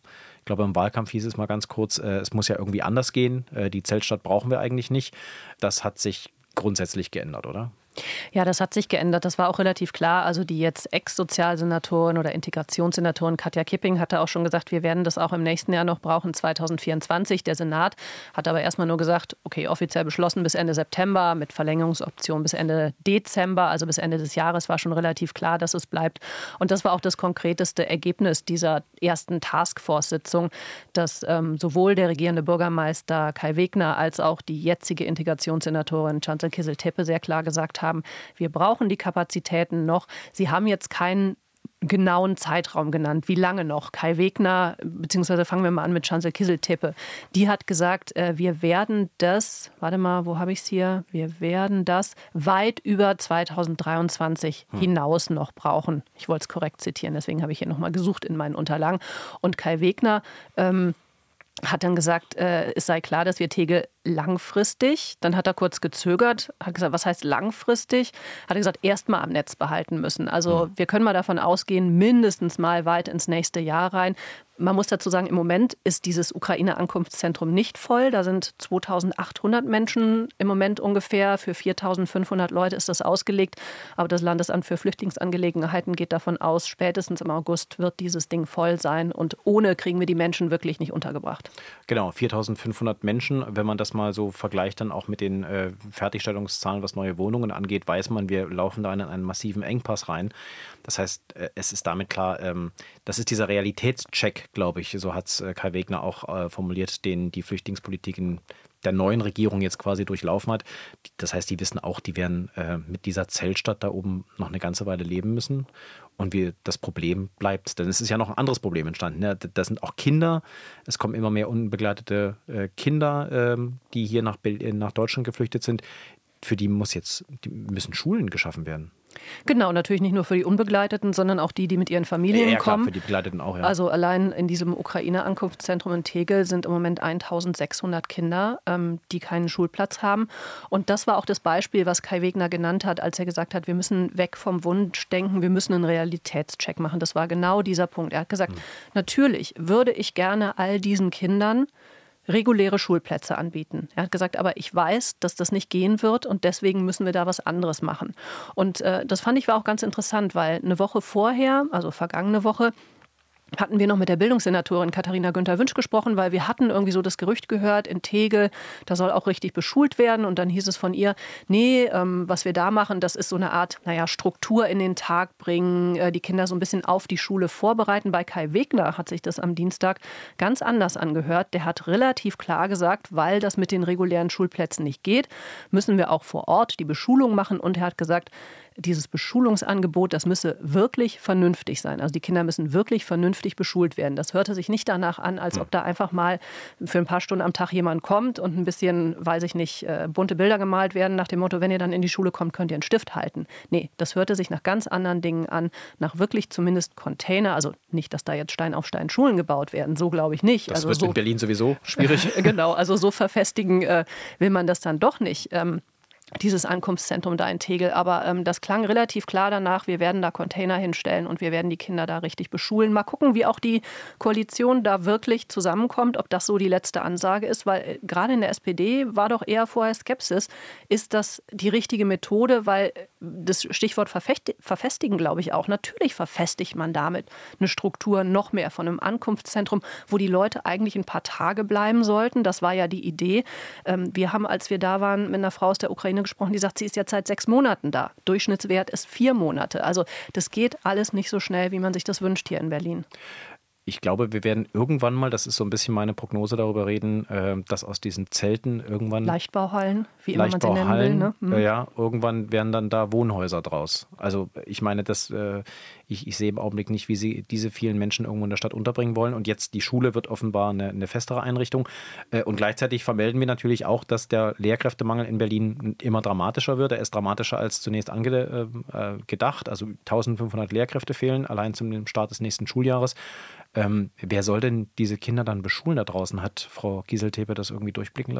glaube, im Wahlkampf hieß es mal ganz kurz, äh, es muss ja irgendwie anders gehen. Äh, die Zeltstadt brauchen wir eigentlich nicht. Das hat sich grundsätzlich geändert, oder? Ja, das hat sich geändert. Das war auch relativ klar. Also die jetzt Ex-Sozialsenatorin oder Integrationssenatorin Katja Kipping hatte auch schon gesagt, wir werden das auch im nächsten Jahr noch brauchen, zwanzig vierundzwanzig. Der Senat hat aber erstmal nur gesagt, okay, offiziell beschlossen bis Ende September mit Verlängerungsoption bis Ende Dezember, also bis Ende des Jahres war schon relativ klar, dass es bleibt. Und das war auch das konkreteste Ergebnis dieser ersten Taskforce-Sitzung, dass ähm, sowohl der regierende Bürgermeister Kai Wegner als auch die jetzige Integrationssenatorin Cansel Kizil-Tepe sehr klar gesagt haben, wir brauchen die Kapazitäten noch. Sie haben jetzt keinen genauen Zeitraum genannt. Wie lange noch? Kai Wegner, beziehungsweise fangen wir mal an mit Cansel Kizil-Tepe. Die hat gesagt, äh, wir werden das, warte mal, wo habe ich es hier? Wir werden das weit über zweitausenddreiundzwanzig hm. hinaus noch brauchen. Ich wollte es korrekt zitieren, deswegen habe ich hier nochmal gesucht in meinen Unterlagen. Und Kai Wegner ähm, hat dann gesagt, äh, es sei klar, dass wir Tegel langfristig, dann hat er kurz gezögert, hat gesagt, was heißt langfristig? Hat er gesagt, erstmal am Netz behalten müssen. Also mhm. wir können mal davon ausgehen, mindestens mal weit ins nächste Jahr rein. Man muss dazu sagen, im Moment ist dieses Ukraine-Ankunftszentrum nicht voll. Da sind zweitausendachthundert Menschen im Moment ungefähr. Für viertausendfünfhundert Leute ist das ausgelegt. Aber das Landesamt für Flüchtlingsangelegenheiten geht davon aus, spätestens im August wird dieses Ding voll sein. Und ohne kriegen wir die Menschen wirklich nicht untergebracht. Genau, viertausendfünfhundert Menschen. Wenn man das mal so vergleicht, dann auch mit den äh, Fertigstellungszahlen, was neue Wohnungen angeht, weiß man, wir laufen da in einen massiven Engpass rein. Das heißt, äh, es ist damit klar, ähm, das ist dieser Realitätscheck, glaube ich, so hat es äh, Kai Wegner auch äh, formuliert, den die Flüchtlingspolitik in der neuen Regierung jetzt quasi durchlaufen hat. Das heißt, die wissen auch, die werden äh, mit dieser Zeltstadt da oben noch eine ganze Weile leben müssen. Und wir, das Problem bleibt, denn es ist ja noch ein anderes Problem entstanden. Ne? Das sind auch Kinder. Es kommen immer mehr unbegleitete äh, Kinder, ähm, die hier nach, nach Deutschland geflüchtet sind. Für die muss jetzt, die müssen Schulen geschaffen werden. Genau, natürlich nicht nur für die Unbegleiteten, sondern auch die, die mit ihren Familien ja, ja, klar, kommen. Für die Begleiteten auch, ja. Also allein in diesem Ukraine-Ankunftszentrum in Tegel sind im Moment eintausendsechshundert Kinder, ähm, die keinen Schulplatz haben. Und das war auch das Beispiel, was Kai Wegner genannt hat, als er gesagt hat, wir müssen weg vom Wunschdenken, wir müssen einen Realitätscheck machen. Das war genau dieser Punkt. Er hat gesagt, hm. natürlich würde ich gerne all diesen Kindern reguläre Schulplätze anbieten. Er hat gesagt, aber ich weiß, dass das nicht gehen wird und deswegen müssen wir da was anderes machen. Und äh, das fand ich war auch ganz interessant, weil eine Woche vorher, also vergangene Woche, hatten wir noch mit der Bildungssenatorin Katharina Günther-Wünsch gesprochen, weil wir hatten irgendwie so das Gerücht gehört, in Tegel, da soll auch richtig beschult werden. Und dann hieß es von ihr, nee, ähm, was wir da machen, das ist so eine Art, naja, Struktur in den Tag bringen, äh, die Kinder so ein bisschen auf die Schule vorbereiten. Bei Kai Wegner hat sich das am Dienstag ganz anders angehört. Der hat relativ klar gesagt, weil das mit den regulären Schulplätzen nicht geht, müssen wir auch vor Ort die Beschulung machen. Und er hat gesagt, dieses Beschulungsangebot, das müsse wirklich vernünftig sein. Also die Kinder müssen wirklich vernünftig beschult werden. Das hörte sich nicht danach an, als ob da einfach mal für ein paar Stunden am Tag jemand kommt und ein bisschen, weiß ich nicht, bunte Bilder gemalt werden nach dem Motto, wenn ihr dann in die Schule kommt, könnt ihr einen Stift halten. Nee, das hörte sich nach ganz anderen Dingen an, nach wirklich zumindest Container, also nicht, dass da jetzt Stein auf Stein Schulen gebaut werden, so glaube ich nicht. Das also wird so, in Berlin sowieso schwierig. Genau, also so verfestigen äh, will man das dann doch nicht. Ähm, dieses Ankunftszentrum da in Tegel. Aber ähm, das klang relativ klar danach, wir werden da Container hinstellen und wir werden die Kinder da richtig beschulen. Mal gucken, wie auch die Koalition da wirklich zusammenkommt, ob das so die letzte Ansage ist, weil äh, gerade in der S P D war doch eher vorher Skepsis. Ist das die richtige Methode? Weil das Stichwort verfestigen, glaube ich auch. Natürlich verfestigt man damit eine Struktur noch mehr von einem Ankunftszentrum, wo die Leute eigentlich ein paar Tage bleiben sollten. Das war ja die Idee. Ähm, wir haben, als wir da waren, mit einer Frau aus der Ukraine gesprochen, die sagt, sie ist jetzt seit sechs Monaten da. Durchschnittswert ist vier Monate. Also das geht alles nicht so schnell, wie man sich das wünscht hier in Berlin. Ich glaube, wir werden irgendwann mal, das ist so ein bisschen meine Prognose, darüber reden, dass aus diesen Zelten irgendwann... Leichtbauhallen, wie immer man sie nennen will. Ne? Hm. Ja, irgendwann werden dann da Wohnhäuser draus. Also ich meine, das, ich, ich sehe im Augenblick nicht, wie sie diese vielen Menschen irgendwo in der Stadt unterbringen wollen. Und jetzt die Schule wird offenbar eine, eine festere Einrichtung. Und gleichzeitig vermelden wir natürlich auch, dass der Lehrkräftemangel in Berlin immer dramatischer wird. Er ist dramatischer als zunächst angedacht. Also eintausendfünfhundert Lehrkräfte fehlen, allein zum Start des nächsten Schuljahres. Ähm, wer soll denn diese Kinder dann beschulen da draußen? Hat Frau Kizil-Tepe das irgendwie durchblicken lassen?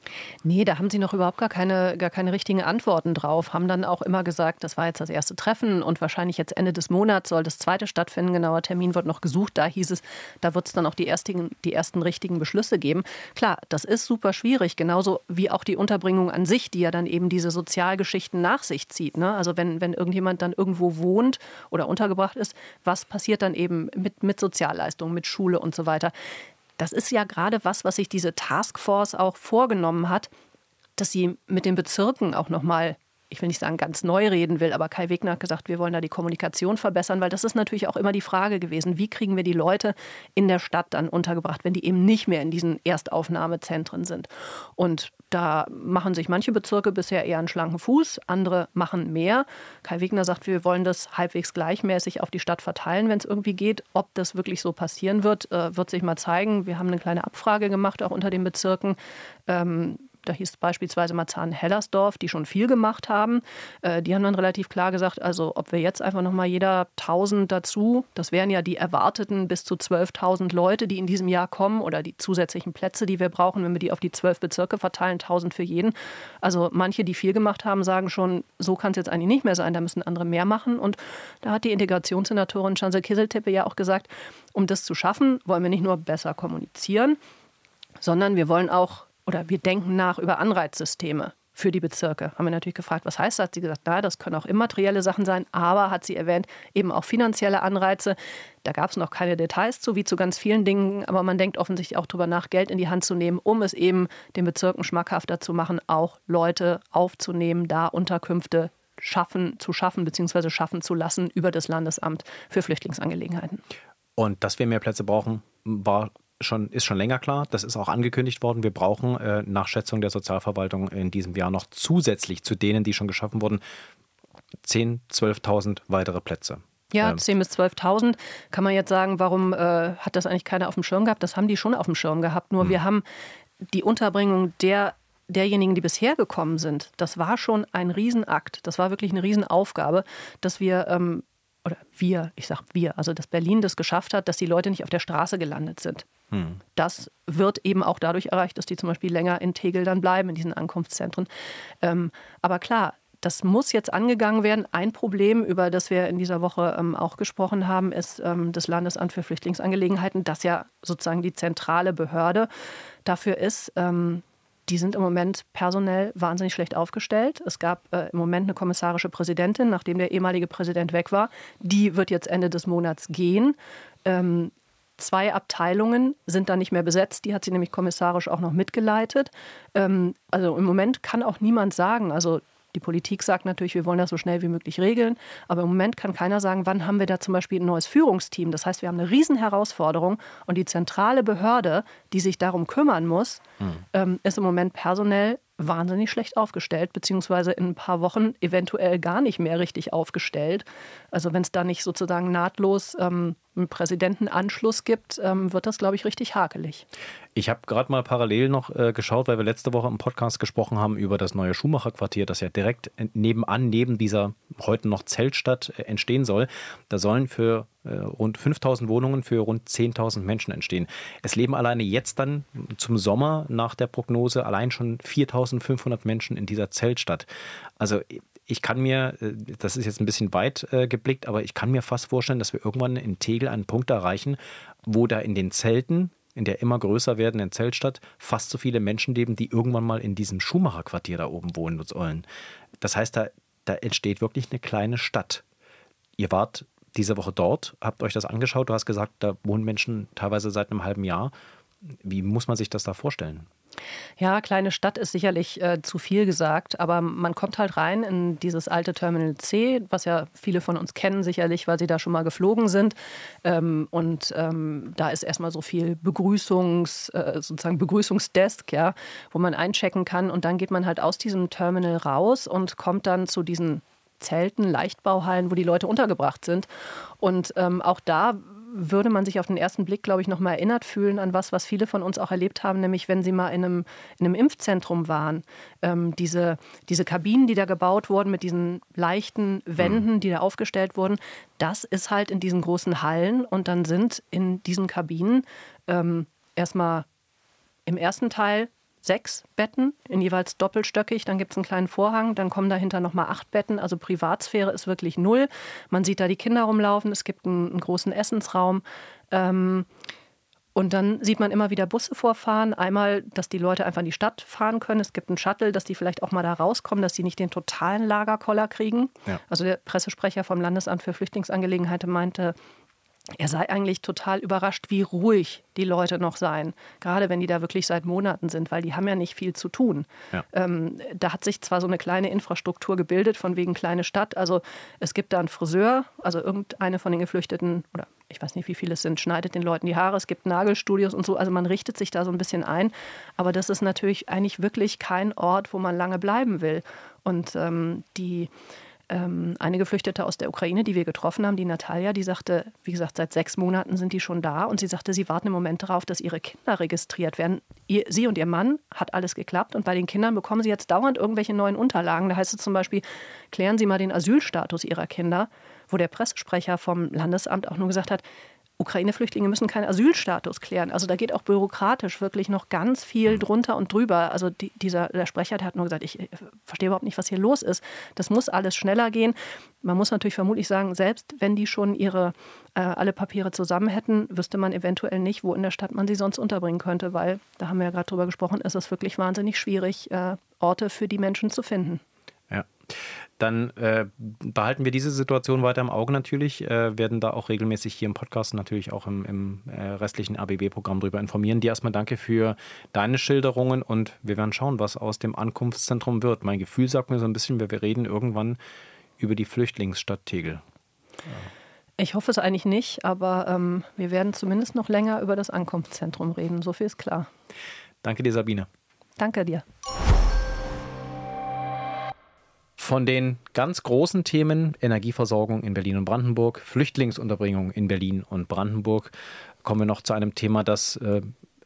Nee, da haben sie noch überhaupt gar keine, gar keine richtigen Antworten drauf. Haben dann auch immer gesagt, das war jetzt das erste Treffen und wahrscheinlich jetzt Ende des Monats soll das zweite stattfinden. Genauer Termin wird noch gesucht. Da hieß es, da wird es dann auch die ersten, die ersten richtigen Beschlüsse geben. Klar, das ist super schwierig, genauso wie auch die Unterbringung an sich, die ja dann eben diese Sozialgeschichten nach sich zieht. Ne? Also wenn, wenn irgendjemand dann irgendwo wohnt oder untergebracht ist, was passiert dann eben mit, mit Sozialleistungen, mit Schule und so weiter? Das ist ja gerade was, was sich diese Taskforce auch vorgenommen hat, dass sie mit den Bezirken auch nochmal, ich will nicht sagen ganz neu reden will, aber Kai Wegner hat gesagt, wir wollen da die Kommunikation verbessern, weil das ist natürlich auch immer die Frage gewesen, wie kriegen wir die Leute in der Stadt dann untergebracht, wenn die eben nicht mehr in diesen Erstaufnahmezentren sind. Und da machen sich manche Bezirke bisher eher einen schlanken Fuß, andere machen mehr. Kai Wegner sagt, wir wollen das halbwegs gleichmäßig auf die Stadt verteilen, wenn es irgendwie geht. Ob das wirklich so passieren wird, wird sich mal zeigen. Wir haben eine kleine Abfrage gemacht, auch unter den Bezirken. Ähm, Da hieß beispielsweise Marzahn-Hellersdorf, die schon viel gemacht haben. Die haben dann relativ klar gesagt, also ob wir jetzt einfach nochmal jeder tausend dazu, das wären ja die erwarteten bis zu zwölftausend Leute, die in diesem Jahr kommen oder die zusätzlichen Plätze, die wir brauchen, wenn wir die auf die zwölf Bezirke verteilen, tausend für jeden. Also manche, die viel gemacht haben, sagen schon, so kann es jetzt eigentlich nicht mehr sein, da müssen andere mehr machen. Und da hat die Integrationssenatorin Chancel Kiziltepe ja auch gesagt, um das zu schaffen, wollen wir nicht nur besser kommunizieren, sondern wir wollen auch oder wir denken nach über Anreizsysteme für die Bezirke. Haben wir natürlich gefragt, was heißt das? Hat sie gesagt, na, das können auch immaterielle Sachen sein, aber, hat sie erwähnt, eben auch finanzielle Anreize. Da gab es noch keine Details zu, wie zu ganz vielen Dingen, aber man denkt offensichtlich auch darüber nach, Geld in die Hand zu nehmen, um es eben den Bezirken schmackhafter zu machen, auch Leute aufzunehmen, da Unterkünfte schaffen, zu schaffen bzw. schaffen zu lassen über das Landesamt für Flüchtlingsangelegenheiten. Und dass wir mehr Plätze brauchen, war Schon, ist schon länger klar. Das ist auch angekündigt worden. Wir brauchen äh, nach Schätzung der Sozialverwaltung in diesem Jahr noch zusätzlich zu denen, die schon geschaffen wurden, zehntausend, zwölftausend weitere Plätze. Ja, ähm. zehntausend bis zwölftausend. Kann man jetzt sagen, warum äh, hat das eigentlich keiner auf dem Schirm gehabt? Das haben die schon auf dem Schirm gehabt. Nur hm. wir haben die Unterbringung der derjenigen, die bisher gekommen sind. Das war schon ein Riesenakt. Das war wirklich eine Riesenaufgabe, dass wir ähm, oder wir, ich sage wir, also dass Berlin das geschafft hat, dass die Leute nicht auf der Straße gelandet sind. Hm. Das wird eben auch dadurch erreicht, dass die zum Beispiel länger in Tegel dann bleiben, in diesen Ankunftszentren. Ähm, aber klar, das muss jetzt angegangen werden. Ein Problem, über das wir in dieser Woche ähm, auch gesprochen haben, ist ähm, das Landesamt für Flüchtlingsangelegenheiten, das ja sozusagen die zentrale Behörde dafür ist. Ähm, Die sind im Moment personell wahnsinnig schlecht aufgestellt. Es gab äh, im Moment eine kommissarische Präsidentin, nachdem der ehemalige Präsident weg war. Die wird jetzt Ende des Monats gehen. Ähm, zwei Abteilungen sind da nicht mehr besetzt. Die hat sie nämlich kommissarisch auch noch mitgeleitet. Ähm, also im Moment kann auch niemand sagen, also die Politik sagt natürlich, wir wollen das so schnell wie möglich regeln. Aber im Moment kann keiner sagen, wann haben wir da zum Beispiel ein neues Führungsteam. Das heißt, wir haben eine Riesenherausforderung. Und die zentrale Behörde, die sich darum kümmern muss, hm. ähm, ist im Moment personell wahnsinnig schlecht aufgestellt, beziehungsweise in ein paar Wochen eventuell gar nicht mehr richtig aufgestellt. Also wenn es da nicht sozusagen nahtlos ähm, einen Präsidentenanschluss gibt, ähm, wird das, glaube ich, richtig hakelig. Ich habe gerade mal parallel noch äh, geschaut, weil wir letzte Woche im Podcast gesprochen haben über das neue Schumacher-Quartier, das ja direkt nebenan, neben dieser heute noch Zeltstadt äh, entstehen soll. Da sollen für äh, rund fünftausend Wohnungen für rund zehntausend Menschen entstehen. Es leben alleine jetzt dann zum Sommer nach der Prognose allein schon viertausendfünfhundert Menschen in dieser Zeltstadt. Also ich kann mir, das ist jetzt ein bisschen weit äh, geblickt, aber ich kann mir fast vorstellen, dass wir irgendwann in Tegel einen Punkt erreichen, wo da in den Zelten, in der immer größer werdenden Zeltstadt, fast so viele Menschen leben, die irgendwann mal in diesem Schumacher-Quartier da oben wohnen sollen. Das heißt, da, da entsteht wirklich eine kleine Stadt. Ihr wart diese Woche dort, habt euch das angeschaut, du hast gesagt, da wohnen Menschen teilweise seit einem halben Jahr. Wie muss man sich das da vorstellen? Ja, kleine Stadt ist sicherlich äh, zu viel gesagt, aber man kommt halt rein in dieses alte Terminal C, was ja viele von uns kennen sicherlich, weil sie da schon mal geflogen sind. Ähm, und ähm, da ist erstmal so viel Begrüßungs, äh, sozusagen Begrüßungsdesk, ja, wo man einchecken kann. Und dann geht man halt aus diesem Terminal raus und kommt dann zu diesen Zelten, Leichtbauhallen, wo die Leute untergebracht sind. Und ähm, auch da würde man sich auf den ersten Blick, glaube ich, noch mal erinnert fühlen an was, was viele von uns auch erlebt haben, nämlich wenn sie mal in einem, in einem Impfzentrum waren. Ähm, diese, diese Kabinen, die da gebaut wurden mit diesen leichten Wänden, die da aufgestellt wurden, das ist halt in diesen großen Hallen. Und dann sind in diesen Kabinen ähm, erstmal im ersten Teil sechs Betten, in jeweils doppelstöckig. Dann gibt es einen kleinen Vorhang, dann kommen dahinter nochmal acht Betten. Also Privatsphäre ist wirklich null. Man sieht da die Kinder rumlaufen, es gibt einen, einen großen Essensraum. Ähm, Und dann sieht man immer wieder Busse vorfahren. Einmal, dass die Leute einfach in die Stadt fahren können. Es gibt einen Shuttle, dass die vielleicht auch mal da rauskommen, dass sie nicht den totalen Lagerkoller kriegen. Ja. Also der Pressesprecher vom Landesamt für Flüchtlingsangelegenheiten meinte, er sei eigentlich total überrascht, wie ruhig die Leute noch seien. Gerade wenn die da wirklich seit Monaten sind, weil die haben ja nicht viel zu tun. Ja. Ähm, da hat sich zwar so eine kleine Infrastruktur gebildet, von wegen kleine Stadt. Also es gibt da einen Friseur, also irgendeine von den Geflüchteten, oder ich weiß nicht, wie viele es sind, schneidet den Leuten die Haare. Es gibt Nagelstudios und so. Also man richtet sich da so ein bisschen ein. Aber das ist natürlich eigentlich wirklich kein Ort, wo man lange bleiben will. Und ähm, die... Ähm, eine Geflüchtete aus der Ukraine, die wir getroffen haben, die Natalia, die sagte, wie gesagt, seit sechs Monaten sind die schon da und sie sagte, sie warten im Moment darauf, dass ihre Kinder registriert werden. Ihr, sie und ihr Mann hat alles geklappt und bei den Kindern bekommen sie jetzt dauernd irgendwelche neuen Unterlagen. Da heißt es zum Beispiel, klären Sie mal den Asylstatus Ihrer Kinder, wo der Pressesprecher vom Landesamt auch nur gesagt hat, Ukraine-Flüchtlinge müssen keinen Asylstatus klären. Also da geht auch bürokratisch wirklich noch ganz viel drunter und drüber. Also die, dieser, der Sprecher, der hat nur gesagt, ich verstehe überhaupt nicht, was hier los ist. Das muss alles schneller gehen. Man muss natürlich vermutlich sagen, selbst wenn die schon ihre äh, alle Papiere zusammen hätten, wüsste man eventuell nicht, wo in der Stadt man sie sonst unterbringen könnte, weil, da haben wir ja gerade drüber gesprochen, ist es wirklich wahnsinnig schwierig, äh, Orte für die Menschen zu finden. Ja. Dann äh, behalten wir diese Situation weiter im Auge natürlich, äh, werden da auch regelmäßig hier im Podcast, natürlich auch im, im äh, restlichen A B B-Programm darüber informieren. Dir erstmal danke für deine Schilderungen und wir werden schauen, was aus dem Ankunftszentrum wird. Mein Gefühl sagt mir so ein bisschen, wir reden irgendwann über die Flüchtlingsstadt Tegel. Ja. Ich hoffe es eigentlich nicht, aber ähm, wir werden zumindest noch länger über das Ankunftszentrum reden, so viel ist klar. Danke dir, Sabine. Danke dir. Von den ganz großen Themen Energieversorgung in Berlin und Brandenburg, Flüchtlingsunterbringung in Berlin und Brandenburg, kommen wir noch zu einem Thema, das äh,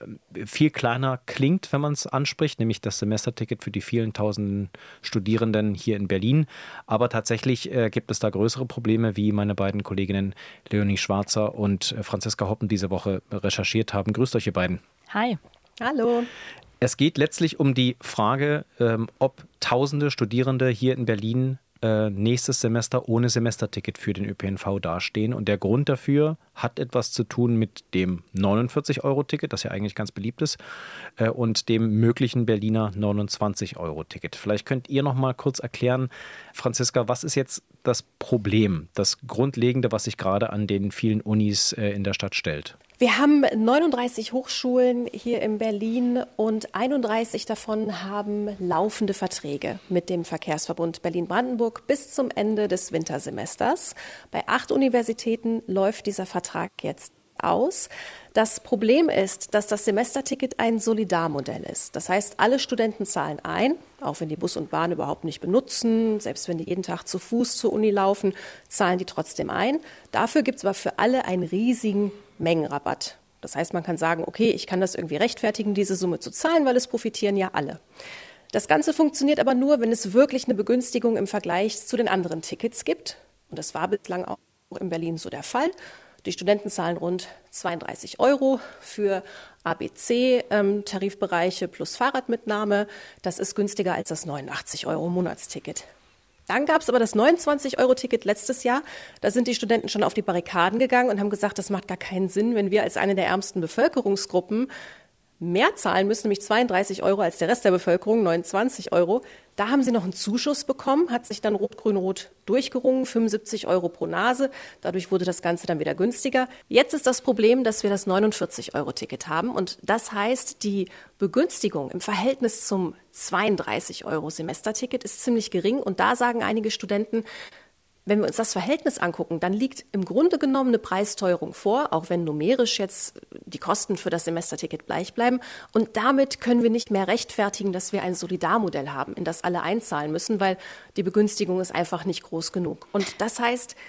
viel kleiner klingt, wenn man es anspricht, nämlich das Semesterticket für die vielen tausenden Studierenden hier in Berlin. Aber tatsächlich äh, gibt es da größere Probleme, wie meine beiden Kolleginnen Leonie Schwarzer und äh, Franziska Hoppen diese Woche recherchiert haben. Grüßt euch, ihr beiden. Hi. Hallo. Es geht letztlich um die Frage, ähm, ob tausende Studierende hier in Berlin äh, nächstes Semester ohne Semesterticket für den Ö P N V dastehen. Und der Grund dafür hat etwas zu tun mit dem neunundvierzig-Euro-Ticket, das ja eigentlich ganz beliebt ist, äh, und dem möglichen Berliner neunundzwanzig-Euro-Ticket. Vielleicht könnt ihr noch mal kurz erklären, Franziska, was ist jetzt das Problem, das Grundlegende, was sich gerade an den vielen Unis äh, in der Stadt stellt? Wir haben neununddreißig Hochschulen hier in Berlin und einunddreißig davon haben laufende Verträge mit dem Verkehrsverbund Berlin-Brandenburg bis zum Ende des Wintersemesters. Bei acht Universitäten läuft dieser Vertrag jetzt aus. Das Problem ist, dass das Semesterticket ein Solidarmodell ist. Das heißt, alle Studenten zahlen ein, auch wenn die Bus und Bahn überhaupt nicht benutzen, selbst wenn die jeden Tag zu Fuß zur Uni laufen, zahlen die trotzdem ein. Dafür gibt es aber für alle einen riesigen Mengenrabatt. Das heißt, man kann sagen, okay, ich kann das irgendwie rechtfertigen, diese Summe zu zahlen, weil es profitieren ja alle. Das Ganze funktioniert aber nur, wenn es wirklich eine Begünstigung im Vergleich zu den anderen Tickets gibt. Und das war bislang auch in Berlin so der Fall. Die Studenten zahlen rund zweiunddreißig Euro für A B C-Tarifbereiche plus Fahrradmitnahme. Das ist günstiger als das neunundachtzig Euro Monatsticket. Dann gab es aber das neunundzwanzig-Euro-Ticket letztes Jahr. Da sind die Studenten schon auf die Barrikaden gegangen und haben gesagt, das macht gar keinen Sinn, wenn wir als eine der ärmsten Bevölkerungsgruppen mehr zahlen müssen, nämlich zweiunddreißig Euro als der Rest der Bevölkerung, neunundzwanzig Euro. Da haben sie noch einen Zuschuss bekommen, hat sich dann Rot-Grün-Rot durchgerungen, fünfundsiebzig Euro pro Nase. Dadurch wurde das Ganze dann wieder günstiger. Jetzt ist das Problem, dass wir das neunundvierzig-Euro-Ticket haben. Und das heißt, die Begünstigung im Verhältnis zum zweiunddreißig Euro Semesterticket ist ziemlich gering. Und da sagen einige Studenten, wenn wir uns das Verhältnis angucken, dann liegt im Grunde genommen eine Preisteuerung vor, auch wenn numerisch jetzt die Kosten für das Semesterticket gleich bleiben. Und damit können wir nicht mehr rechtfertigen, dass wir ein Solidarmodell haben, in das alle einzahlen müssen, weil die Begünstigung ist einfach nicht groß genug. Und das heißt,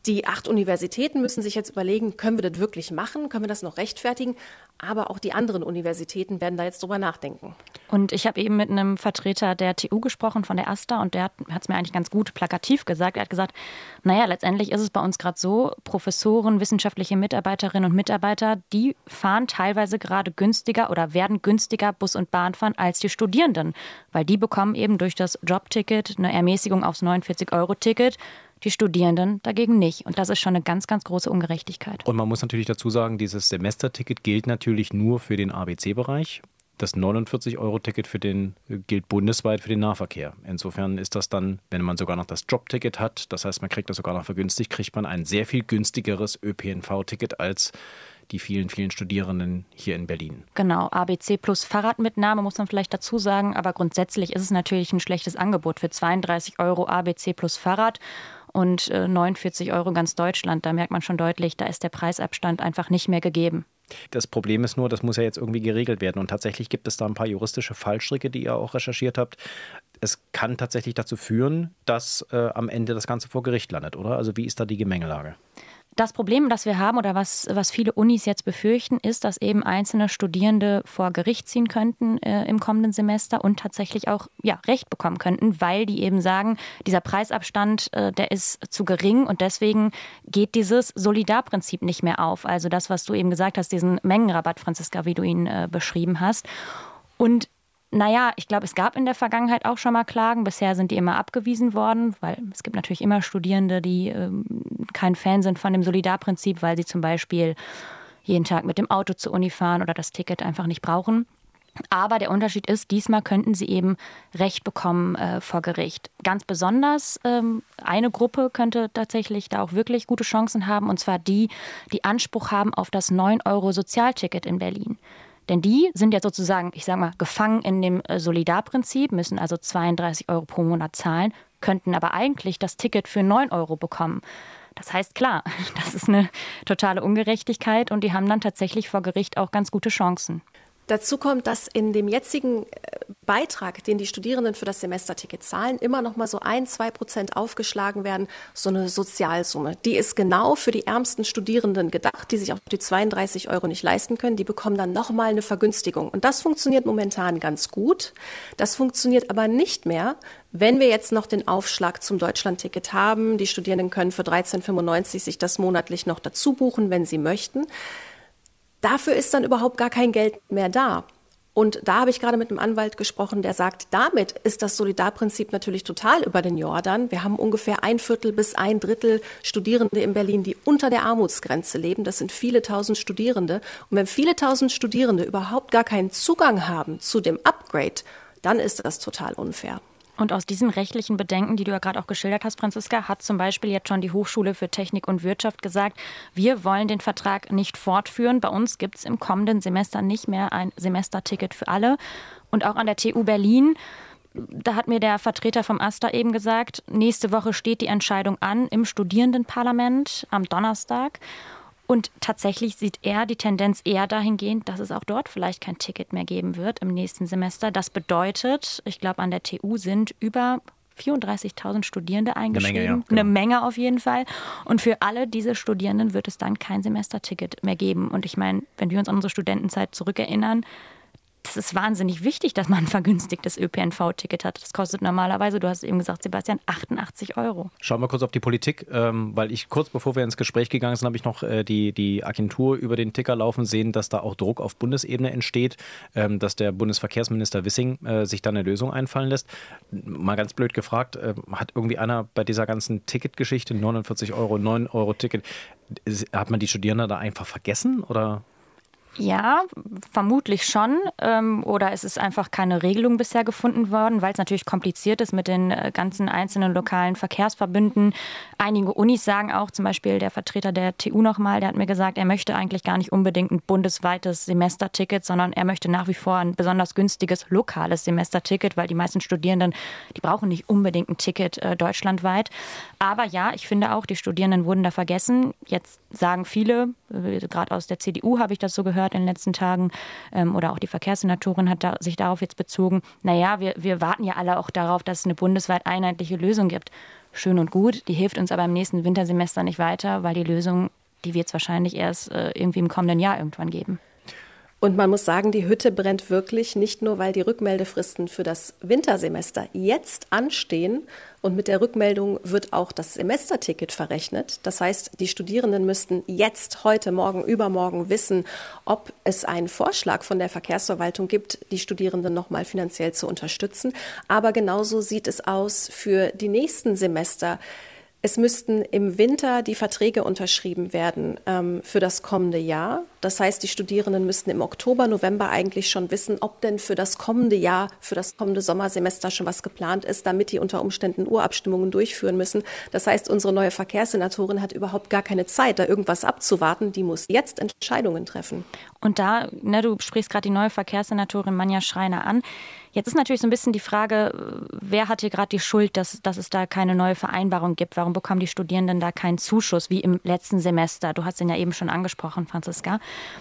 Die acht Universitäten müssen sich jetzt überlegen, können wir das wirklich machen? Können wir das noch rechtfertigen? Aber auch die anderen Universitäten werden da jetzt drüber nachdenken. Und ich habe eben mit einem Vertreter der T U gesprochen, von der AStA, und der hat es mir eigentlich ganz gut plakativ gesagt. Er hat gesagt, naja, letztendlich ist es bei uns gerade so, Professoren, wissenschaftliche Mitarbeiterinnen und Mitarbeiter, die fahren teilweise gerade günstiger oder werden günstiger Bus und Bahn fahren als die Studierenden. Weil die bekommen eben durch das Jobticket eine Ermäßigung aufs neunundvierzig-Euro-Ticket. Die Studierenden dagegen nicht. Und das ist schon eine ganz, ganz große Ungerechtigkeit. Und man muss natürlich dazu sagen, dieses Semesterticket gilt natürlich nur für den A B C-Bereich. Das neunundvierzig-Euro-Ticket für den gilt bundesweit für den Nahverkehr. Insofern ist das dann, wenn man sogar noch das Jobticket hat, das heißt, man kriegt das sogar noch vergünstigt, kriegt man ein sehr viel günstigeres Ö P N V-Ticket als die vielen, vielen Studierenden hier in Berlin. Genau, A B C plus Fahrradmitnahme muss man vielleicht dazu sagen, aber grundsätzlich ist es natürlich ein schlechtes Angebot für zweiunddreißig Euro A B C plus Fahrrad und äh, neunundvierzig Euro ganz Deutschland. Da merkt man schon deutlich, da ist der Preisabstand einfach nicht mehr gegeben. Das Problem ist nur, das muss ja jetzt irgendwie geregelt werden. Und tatsächlich gibt es da ein paar juristische Fallstricke, die ihr auch recherchiert habt. Es kann tatsächlich dazu führen, dass äh, am Ende das Ganze vor Gericht landet, oder? Also wie ist da die Gemengelage? Das Problem, das wir haben oder was, was viele Unis jetzt befürchten, ist, dass eben einzelne Studierende vor Gericht ziehen könnten äh, im kommenden Semester und tatsächlich auch ja, Recht bekommen könnten, weil die eben sagen, dieser Preisabstand, äh, der ist zu gering und deswegen geht dieses Solidarprinzip nicht mehr auf. Also das, was du eben gesagt hast, diesen Mengenrabatt, Franziska, wie du ihn äh, beschrieben hast. Und naja, ich glaube, es gab in der Vergangenheit auch schon mal Klagen. Bisher sind die immer abgewiesen worden, weil es gibt natürlich immer Studierende, die ähm, kein Fan sind von dem Solidarprinzip, weil sie zum Beispiel jeden Tag mit dem Auto zur Uni fahren oder das Ticket einfach nicht brauchen. Aber der Unterschied ist, diesmal könnten sie eben Recht bekommen äh, vor Gericht. Ganz besonders ähm, eine Gruppe könnte tatsächlich da auch wirklich gute Chancen haben, und zwar die, die Anspruch haben auf das neun Euro Sozialticket in Berlin. Denn die sind ja sozusagen, ich sage mal, gefangen in dem Solidarprinzip, müssen also zweiunddreißig Euro pro Monat zahlen, könnten aber eigentlich das Ticket für neun Euro bekommen. Das heißt, klar, das ist eine totale Ungerechtigkeit und die haben dann tatsächlich vor Gericht auch ganz gute Chancen. Dazu kommt, dass in dem jetzigen Beitrag, den die Studierenden für das Semesterticket zahlen, immer noch mal so ein, zwei Prozent aufgeschlagen werden, so eine Sozialsumme. Die ist genau für die ärmsten Studierenden gedacht, die sich auch die zweiunddreißig Euro nicht leisten können. Die bekommen dann noch mal eine Vergünstigung. Und das funktioniert momentan ganz gut. Das funktioniert aber nicht mehr, wenn wir jetzt noch den Aufschlag zum Deutschlandticket haben. Die Studierenden können für dreizehn Euro fünfundneunzig sich das monatlich noch dazu buchen, wenn sie möchten. Dafür ist dann überhaupt gar kein Geld mehr da. Und da habe ich gerade mit einem Anwalt gesprochen, der sagt, damit ist das Solidarprinzip natürlich total über den Jordan. Wir haben ungefähr ein Viertel bis ein Drittel Studierende in Berlin, die unter der Armutsgrenze leben. Das sind viele tausend Studierende. Und wenn viele tausend Studierende überhaupt gar keinen Zugang haben zu dem Upgrade, dann ist das total unfair. Und aus diesen rechtlichen Bedenken, die du ja gerade auch geschildert hast, Franziska, hat zum Beispiel jetzt schon die Hochschule für Technik und Wirtschaft gesagt, wir wollen den Vertrag nicht fortführen. Bei uns gibt es im kommenden Semester nicht mehr ein Semesterticket für alle. Und auch an der T U Berlin, da hat mir der Vertreter vom AStA eben gesagt, nächste Woche steht die Entscheidung an im Studierendenparlament am Donnerstag. Und tatsächlich sieht er die Tendenz eher dahingehend, dass es auch dort vielleicht kein Ticket mehr geben wird im nächsten Semester. Das bedeutet, ich glaube, an der T U sind über vierunddreißigtausend Studierende eingeschrieben. Eine Menge, ja, genau. Eine Menge auf jeden Fall. Und für alle diese Studierenden wird es dann kein Semesterticket mehr geben. Und ich meine, wenn wir uns an unsere Studentenzeit zurückerinnern, das ist wahnsinnig wichtig, dass man ein vergünstigtes Ö P N V-Ticket hat. Das kostet normalerweise, du hast es eben gesagt, Sebastian, achtundachtzig Euro. Schauen wir kurz auf die Politik, ähm, weil ich kurz bevor wir ins Gespräch gegangen sind, habe ich noch äh, die, die Agentur über den Ticker laufen sehen, dass da auch Druck auf Bundesebene entsteht, ähm, dass der Bundesverkehrsminister Wissing äh, sich da eine Lösung einfallen lässt. Mal ganz blöd gefragt, äh, hat irgendwie einer bei dieser ganzen Ticketgeschichte, neunundvierzig Euro, neun Euro Ticket, hat man die Studierenden da einfach vergessen oder? Ja, vermutlich schon. Oder es ist einfach keine Regelung bisher gefunden worden, weil es natürlich kompliziert ist mit den ganzen einzelnen lokalen Verkehrsverbünden. Einige Unis sagen auch, zum Beispiel der Vertreter der T U nochmal, der hat mir gesagt, er möchte eigentlich gar nicht unbedingt ein bundesweites Semesterticket, sondern er möchte nach wie vor ein besonders günstiges lokales Semesterticket, weil die meisten Studierenden, die brauchen nicht unbedingt ein Ticket äh, deutschlandweit. Aber ja, ich finde auch, die Studierenden wurden da vergessen. Jetzt sagen viele, Gerade aus der C D U habe ich das so gehört in den letzten Tagen. Ähm, oder auch die Verkehrssenatorin hat da, sich darauf jetzt bezogen. Naja, wir, wir warten ja alle auch darauf, dass es eine bundesweit einheitliche Lösung gibt. Schön und gut, die hilft uns aber im nächsten Wintersemester nicht weiter, weil die Lösung, die wird es wahrscheinlich erst äh, irgendwie im kommenden Jahr irgendwann geben. Und man muss sagen, die Hütte brennt wirklich, nicht nur, weil die Rückmeldefristen für das Wintersemester jetzt anstehen und mit der Rückmeldung wird auch das Semesterticket verrechnet. Das heißt, die Studierenden müssten jetzt, heute, morgen, übermorgen wissen, ob es einen Vorschlag von der Verkehrsverwaltung gibt, die Studierenden nochmal finanziell zu unterstützen. Aber genauso sieht es aus für die nächsten Semester. Es müssten im Winter die Verträge unterschrieben werden ähm, für das kommende Jahr. Das heißt, die Studierenden müssten im Oktober, November eigentlich schon wissen, ob denn für das kommende Jahr, für das kommende Sommersemester schon was geplant ist, damit die unter Umständen Urabstimmungen durchführen müssen. Das heißt, unsere neue Verkehrssenatorin hat überhaupt gar keine Zeit, da irgendwas abzuwarten. Die muss jetzt Entscheidungen treffen. Und da, ne, du sprichst gerade die neue Verkehrssenatorin Manja Schreiner an. Jetzt ist natürlich so ein bisschen die Frage, wer hat hier gerade die Schuld, dass, dass es da keine neue Vereinbarung gibt? Warum bekommen die Studierenden da keinen Zuschuss, wie im letzten Semester? Du hast den ja eben schon angesprochen, Franziska.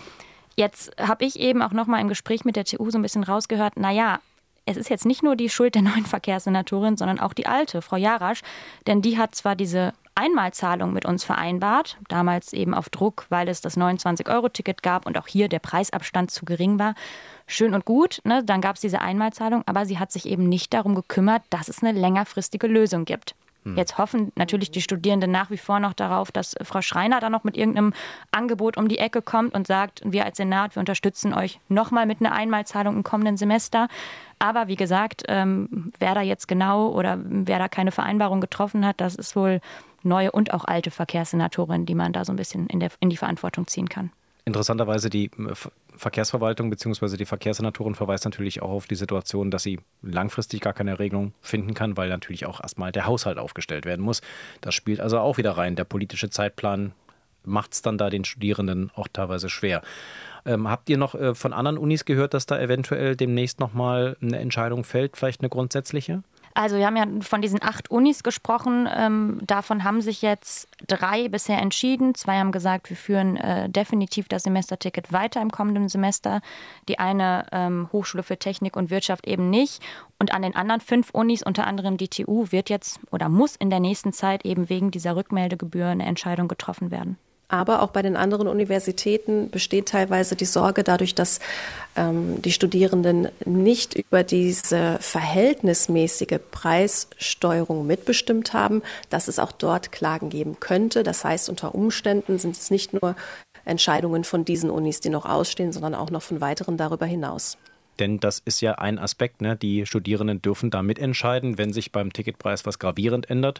Jetzt habe ich eben auch noch mal im Gespräch mit der T U so ein bisschen rausgehört, naja, es ist jetzt nicht nur die Schuld der neuen Verkehrssenatorin, sondern auch die alte, Frau Jarasch. Denn die hat zwar diese Einmalzahlung mit uns vereinbart, damals eben auf Druck, weil es das neunundzwanzig-Euro-Ticket gab und auch hier der Preisabstand zu gering war. Schön und gut, ne? Dann gab es diese Einmalzahlung, aber sie hat sich eben nicht darum gekümmert, dass es eine längerfristige Lösung gibt. Hm. Jetzt hoffen natürlich die Studierenden nach wie vor noch darauf, dass Frau Schreiner da noch mit irgendeinem Angebot um die Ecke kommt und sagt, wir als Senat, wir unterstützen euch nochmal mit einer Einmalzahlung im kommenden Semester. Aber wie gesagt, ähm, wer da jetzt genau oder wer da keine Vereinbarung getroffen hat, das ist wohl neue und auch alte Verkehrssenatorin, die man da so ein bisschen in, der, in die Verantwortung ziehen kann. Interessanterweise die Verkehrsverwaltung bzw. die Verkehrssenatorin verweist natürlich auch auf die Situation, dass sie langfristig gar keine Regelung finden kann, weil natürlich auch erstmal der Haushalt aufgestellt werden muss. Das spielt also auch wieder rein. Der politische Zeitplan macht es dann da den Studierenden auch teilweise schwer. Ähm, habt ihr noch äh, von anderen Unis gehört, dass da eventuell demnächst nochmal eine Entscheidung fällt, vielleicht eine grundsätzliche? Also wir haben ja von diesen acht Unis gesprochen. Ähm, davon haben sich jetzt drei bisher entschieden. Zwei haben gesagt, wir führen äh, definitiv das Semesterticket weiter im kommenden Semester. Die eine ähm, Hochschule für Technik und Wirtschaft eben nicht. Und an den anderen fünf Unis, unter anderem die T U, wird jetzt oder muss in der nächsten Zeit eben wegen dieser Rückmeldegebühr eine Entscheidung getroffen werden. Aber auch bei den anderen Universitäten besteht teilweise die Sorge dadurch, dass ähm, die Studierenden nicht über diese verhältnismäßige Preissteuerung mitbestimmt haben, dass es auch dort Klagen geben könnte. Das heißt, unter Umständen sind es nicht nur Entscheidungen von diesen Unis, die noch ausstehen, sondern auch noch von weiteren darüber hinaus. Denn das ist ja ein Aspekt, ne? Die Studierenden dürfen da mitentscheiden, wenn sich beim Ticketpreis was gravierend ändert.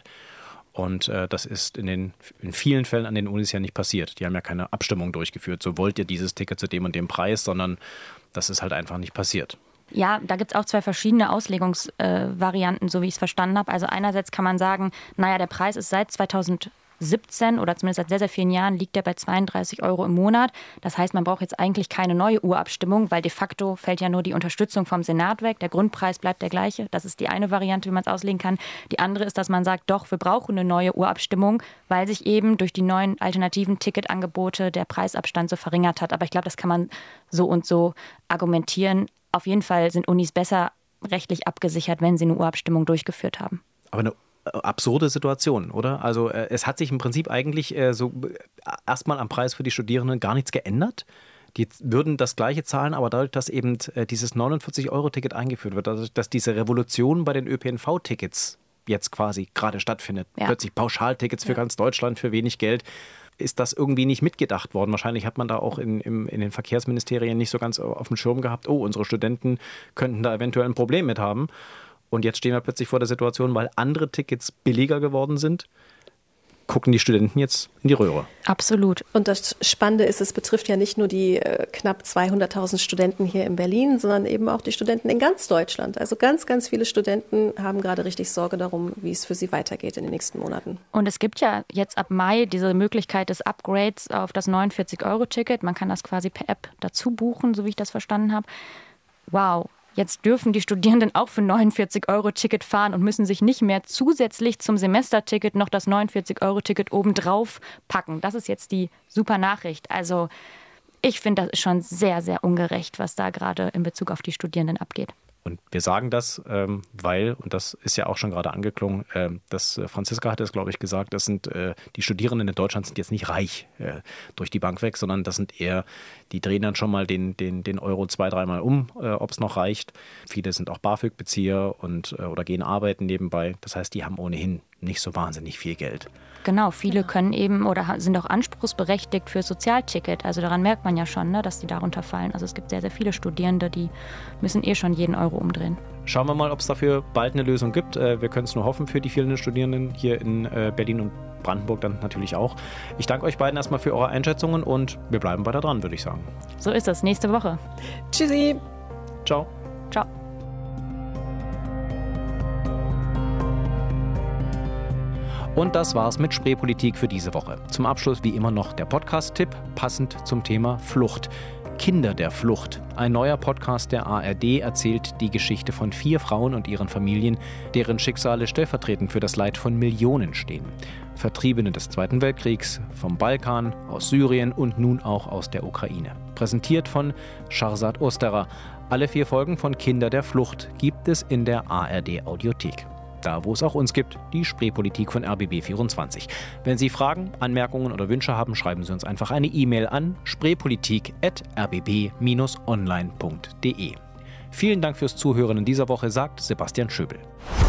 Und äh, das ist in, den, in vielen Fällen an den Unis ja nicht passiert. Die haben ja keine Abstimmung durchgeführt. So wollt ihr dieses Ticket zu dem und dem Preis, sondern das ist halt einfach nicht passiert. Ja, da gibt es auch zwei verschiedene Auslegungsvarianten, äh, so wie ich es verstanden habe. Also einerseits kann man sagen, naja, der Preis ist seit zweitausendsiebzehn oder zumindest seit sehr, sehr vielen Jahren liegt er bei zweiunddreißig Euro im Monat. Das heißt, man braucht jetzt eigentlich keine neue Urabstimmung, weil de facto fällt ja nur die Unterstützung vom Senat weg. Der Grundpreis bleibt der gleiche. Das ist die eine Variante, wie man es auslegen kann. Die andere ist, dass man sagt, doch, wir brauchen eine neue Urabstimmung, weil sich eben durch die neuen alternativen Ticketangebote der Preisabstand so verringert hat. Aber ich glaube, das kann man so und so argumentieren. Auf jeden Fall sind Unis besser rechtlich abgesichert, wenn sie eine Urabstimmung durchgeführt haben. Aber eine absurde Situation, oder? Also äh, es hat sich im Prinzip eigentlich äh, so äh, erstmal am Preis für die Studierenden gar nichts geändert. Die würden das Gleiche zahlen, aber dadurch, dass eben äh, dieses neunundvierzig-Euro-Ticket eingeführt wird, dadurch, dass diese Revolution bei den Ö P N V-Tickets jetzt quasi gerade stattfindet, ja. Plötzlich Pauschaltickets für ja. ganz Deutschland für wenig Geld, ist das irgendwie nicht mitgedacht worden. Wahrscheinlich hat man da auch in, in, in den Verkehrsministerien nicht so ganz auf dem Schirm gehabt, oh, unsere Studenten könnten da eventuell ein Problem mit haben. Und jetzt stehen wir plötzlich vor der Situation, weil andere Tickets billiger geworden sind, gucken die Studenten jetzt in die Röhre. Absolut. Und das Spannende ist, es betrifft ja nicht nur die äh, knapp zweihunderttausend Studenten hier in Berlin, sondern eben auch die Studenten in ganz Deutschland. Also ganz, ganz viele Studenten haben gerade richtig Sorge darum, wie es für sie weitergeht in den nächsten Monaten. Und es gibt ja jetzt ab Mai diese Möglichkeit des Upgrades auf das neunundvierzig-Euro-Ticket. Man kann das quasi per App dazu buchen, so wie ich das verstanden habe. Wow. Jetzt dürfen die Studierenden auch für neunundvierzig Euro Ticket fahren und müssen sich nicht mehr zusätzlich zum Semesterticket noch das neunundvierzig Euro Ticket obendrauf packen. Das ist jetzt die super Nachricht. Also ich finde, das ist schon sehr, sehr ungerecht, was da gerade in Bezug auf die Studierenden abgeht. Und wir sagen das, ähm, weil, und das ist ja auch schon gerade angeklungen, äh, das, äh, Franziska hat es, glaube ich, gesagt, das sind äh, die Studierenden in Deutschland sind jetzt nicht reich äh, durch die Bank weg, sondern das sind eher, die drehen dann schon mal den, den, den Euro zwei, dreimal um, äh, ob es noch reicht. Viele sind auch BAföG-Bezieher und, äh, oder gehen arbeiten nebenbei. Das heißt, die haben ohnehin nicht so wahnsinnig viel Geld. Genau, viele genau. können eben oder sind auch anspruchsberechtigt für Sozialticket. Also daran merkt man ja schon, ne, dass die darunter fallen. Also es gibt sehr, sehr viele Studierende, die müssen eh schon jeden Euro umdrehen. Schauen wir mal, ob es dafür bald eine Lösung gibt. Wir können es nur hoffen für die vielen Studierenden hier in Berlin und Brandenburg dann natürlich auch. Ich danke euch beiden erstmal für eure Einschätzungen und wir bleiben weiter dran, würde ich sagen. So ist es. Nächste Woche. Tschüssi. Ciao. Ciao. Und das war's mit Spreepolitik für diese Woche. Zum Abschluss wie immer noch der Podcast-Tipp, passend zum Thema Flucht. Kinder der Flucht. Ein neuer Podcast der A R D erzählt die Geschichte von vier Frauen und ihren Familien, deren Schicksale stellvertretend für das Leid von Millionen stehen. Vertriebene des Zweiten Weltkriegs, vom Balkan, aus Syrien und nun auch aus der Ukraine. Präsentiert von Shahrzad Osterer. Alle vier Folgen von Kinder der Flucht gibt es in der A R D-Audiothek. Da, wo es auch uns gibt, die Spreepolitik von R B B vierundzwanzig. Wenn Sie Fragen, Anmerkungen oder Wünsche haben, schreiben Sie uns einfach eine E-Mail an spreepolitik at r b b dash online punkt d e. Vielen Dank fürs Zuhören in dieser Woche, sagt Sebastian Schöbel.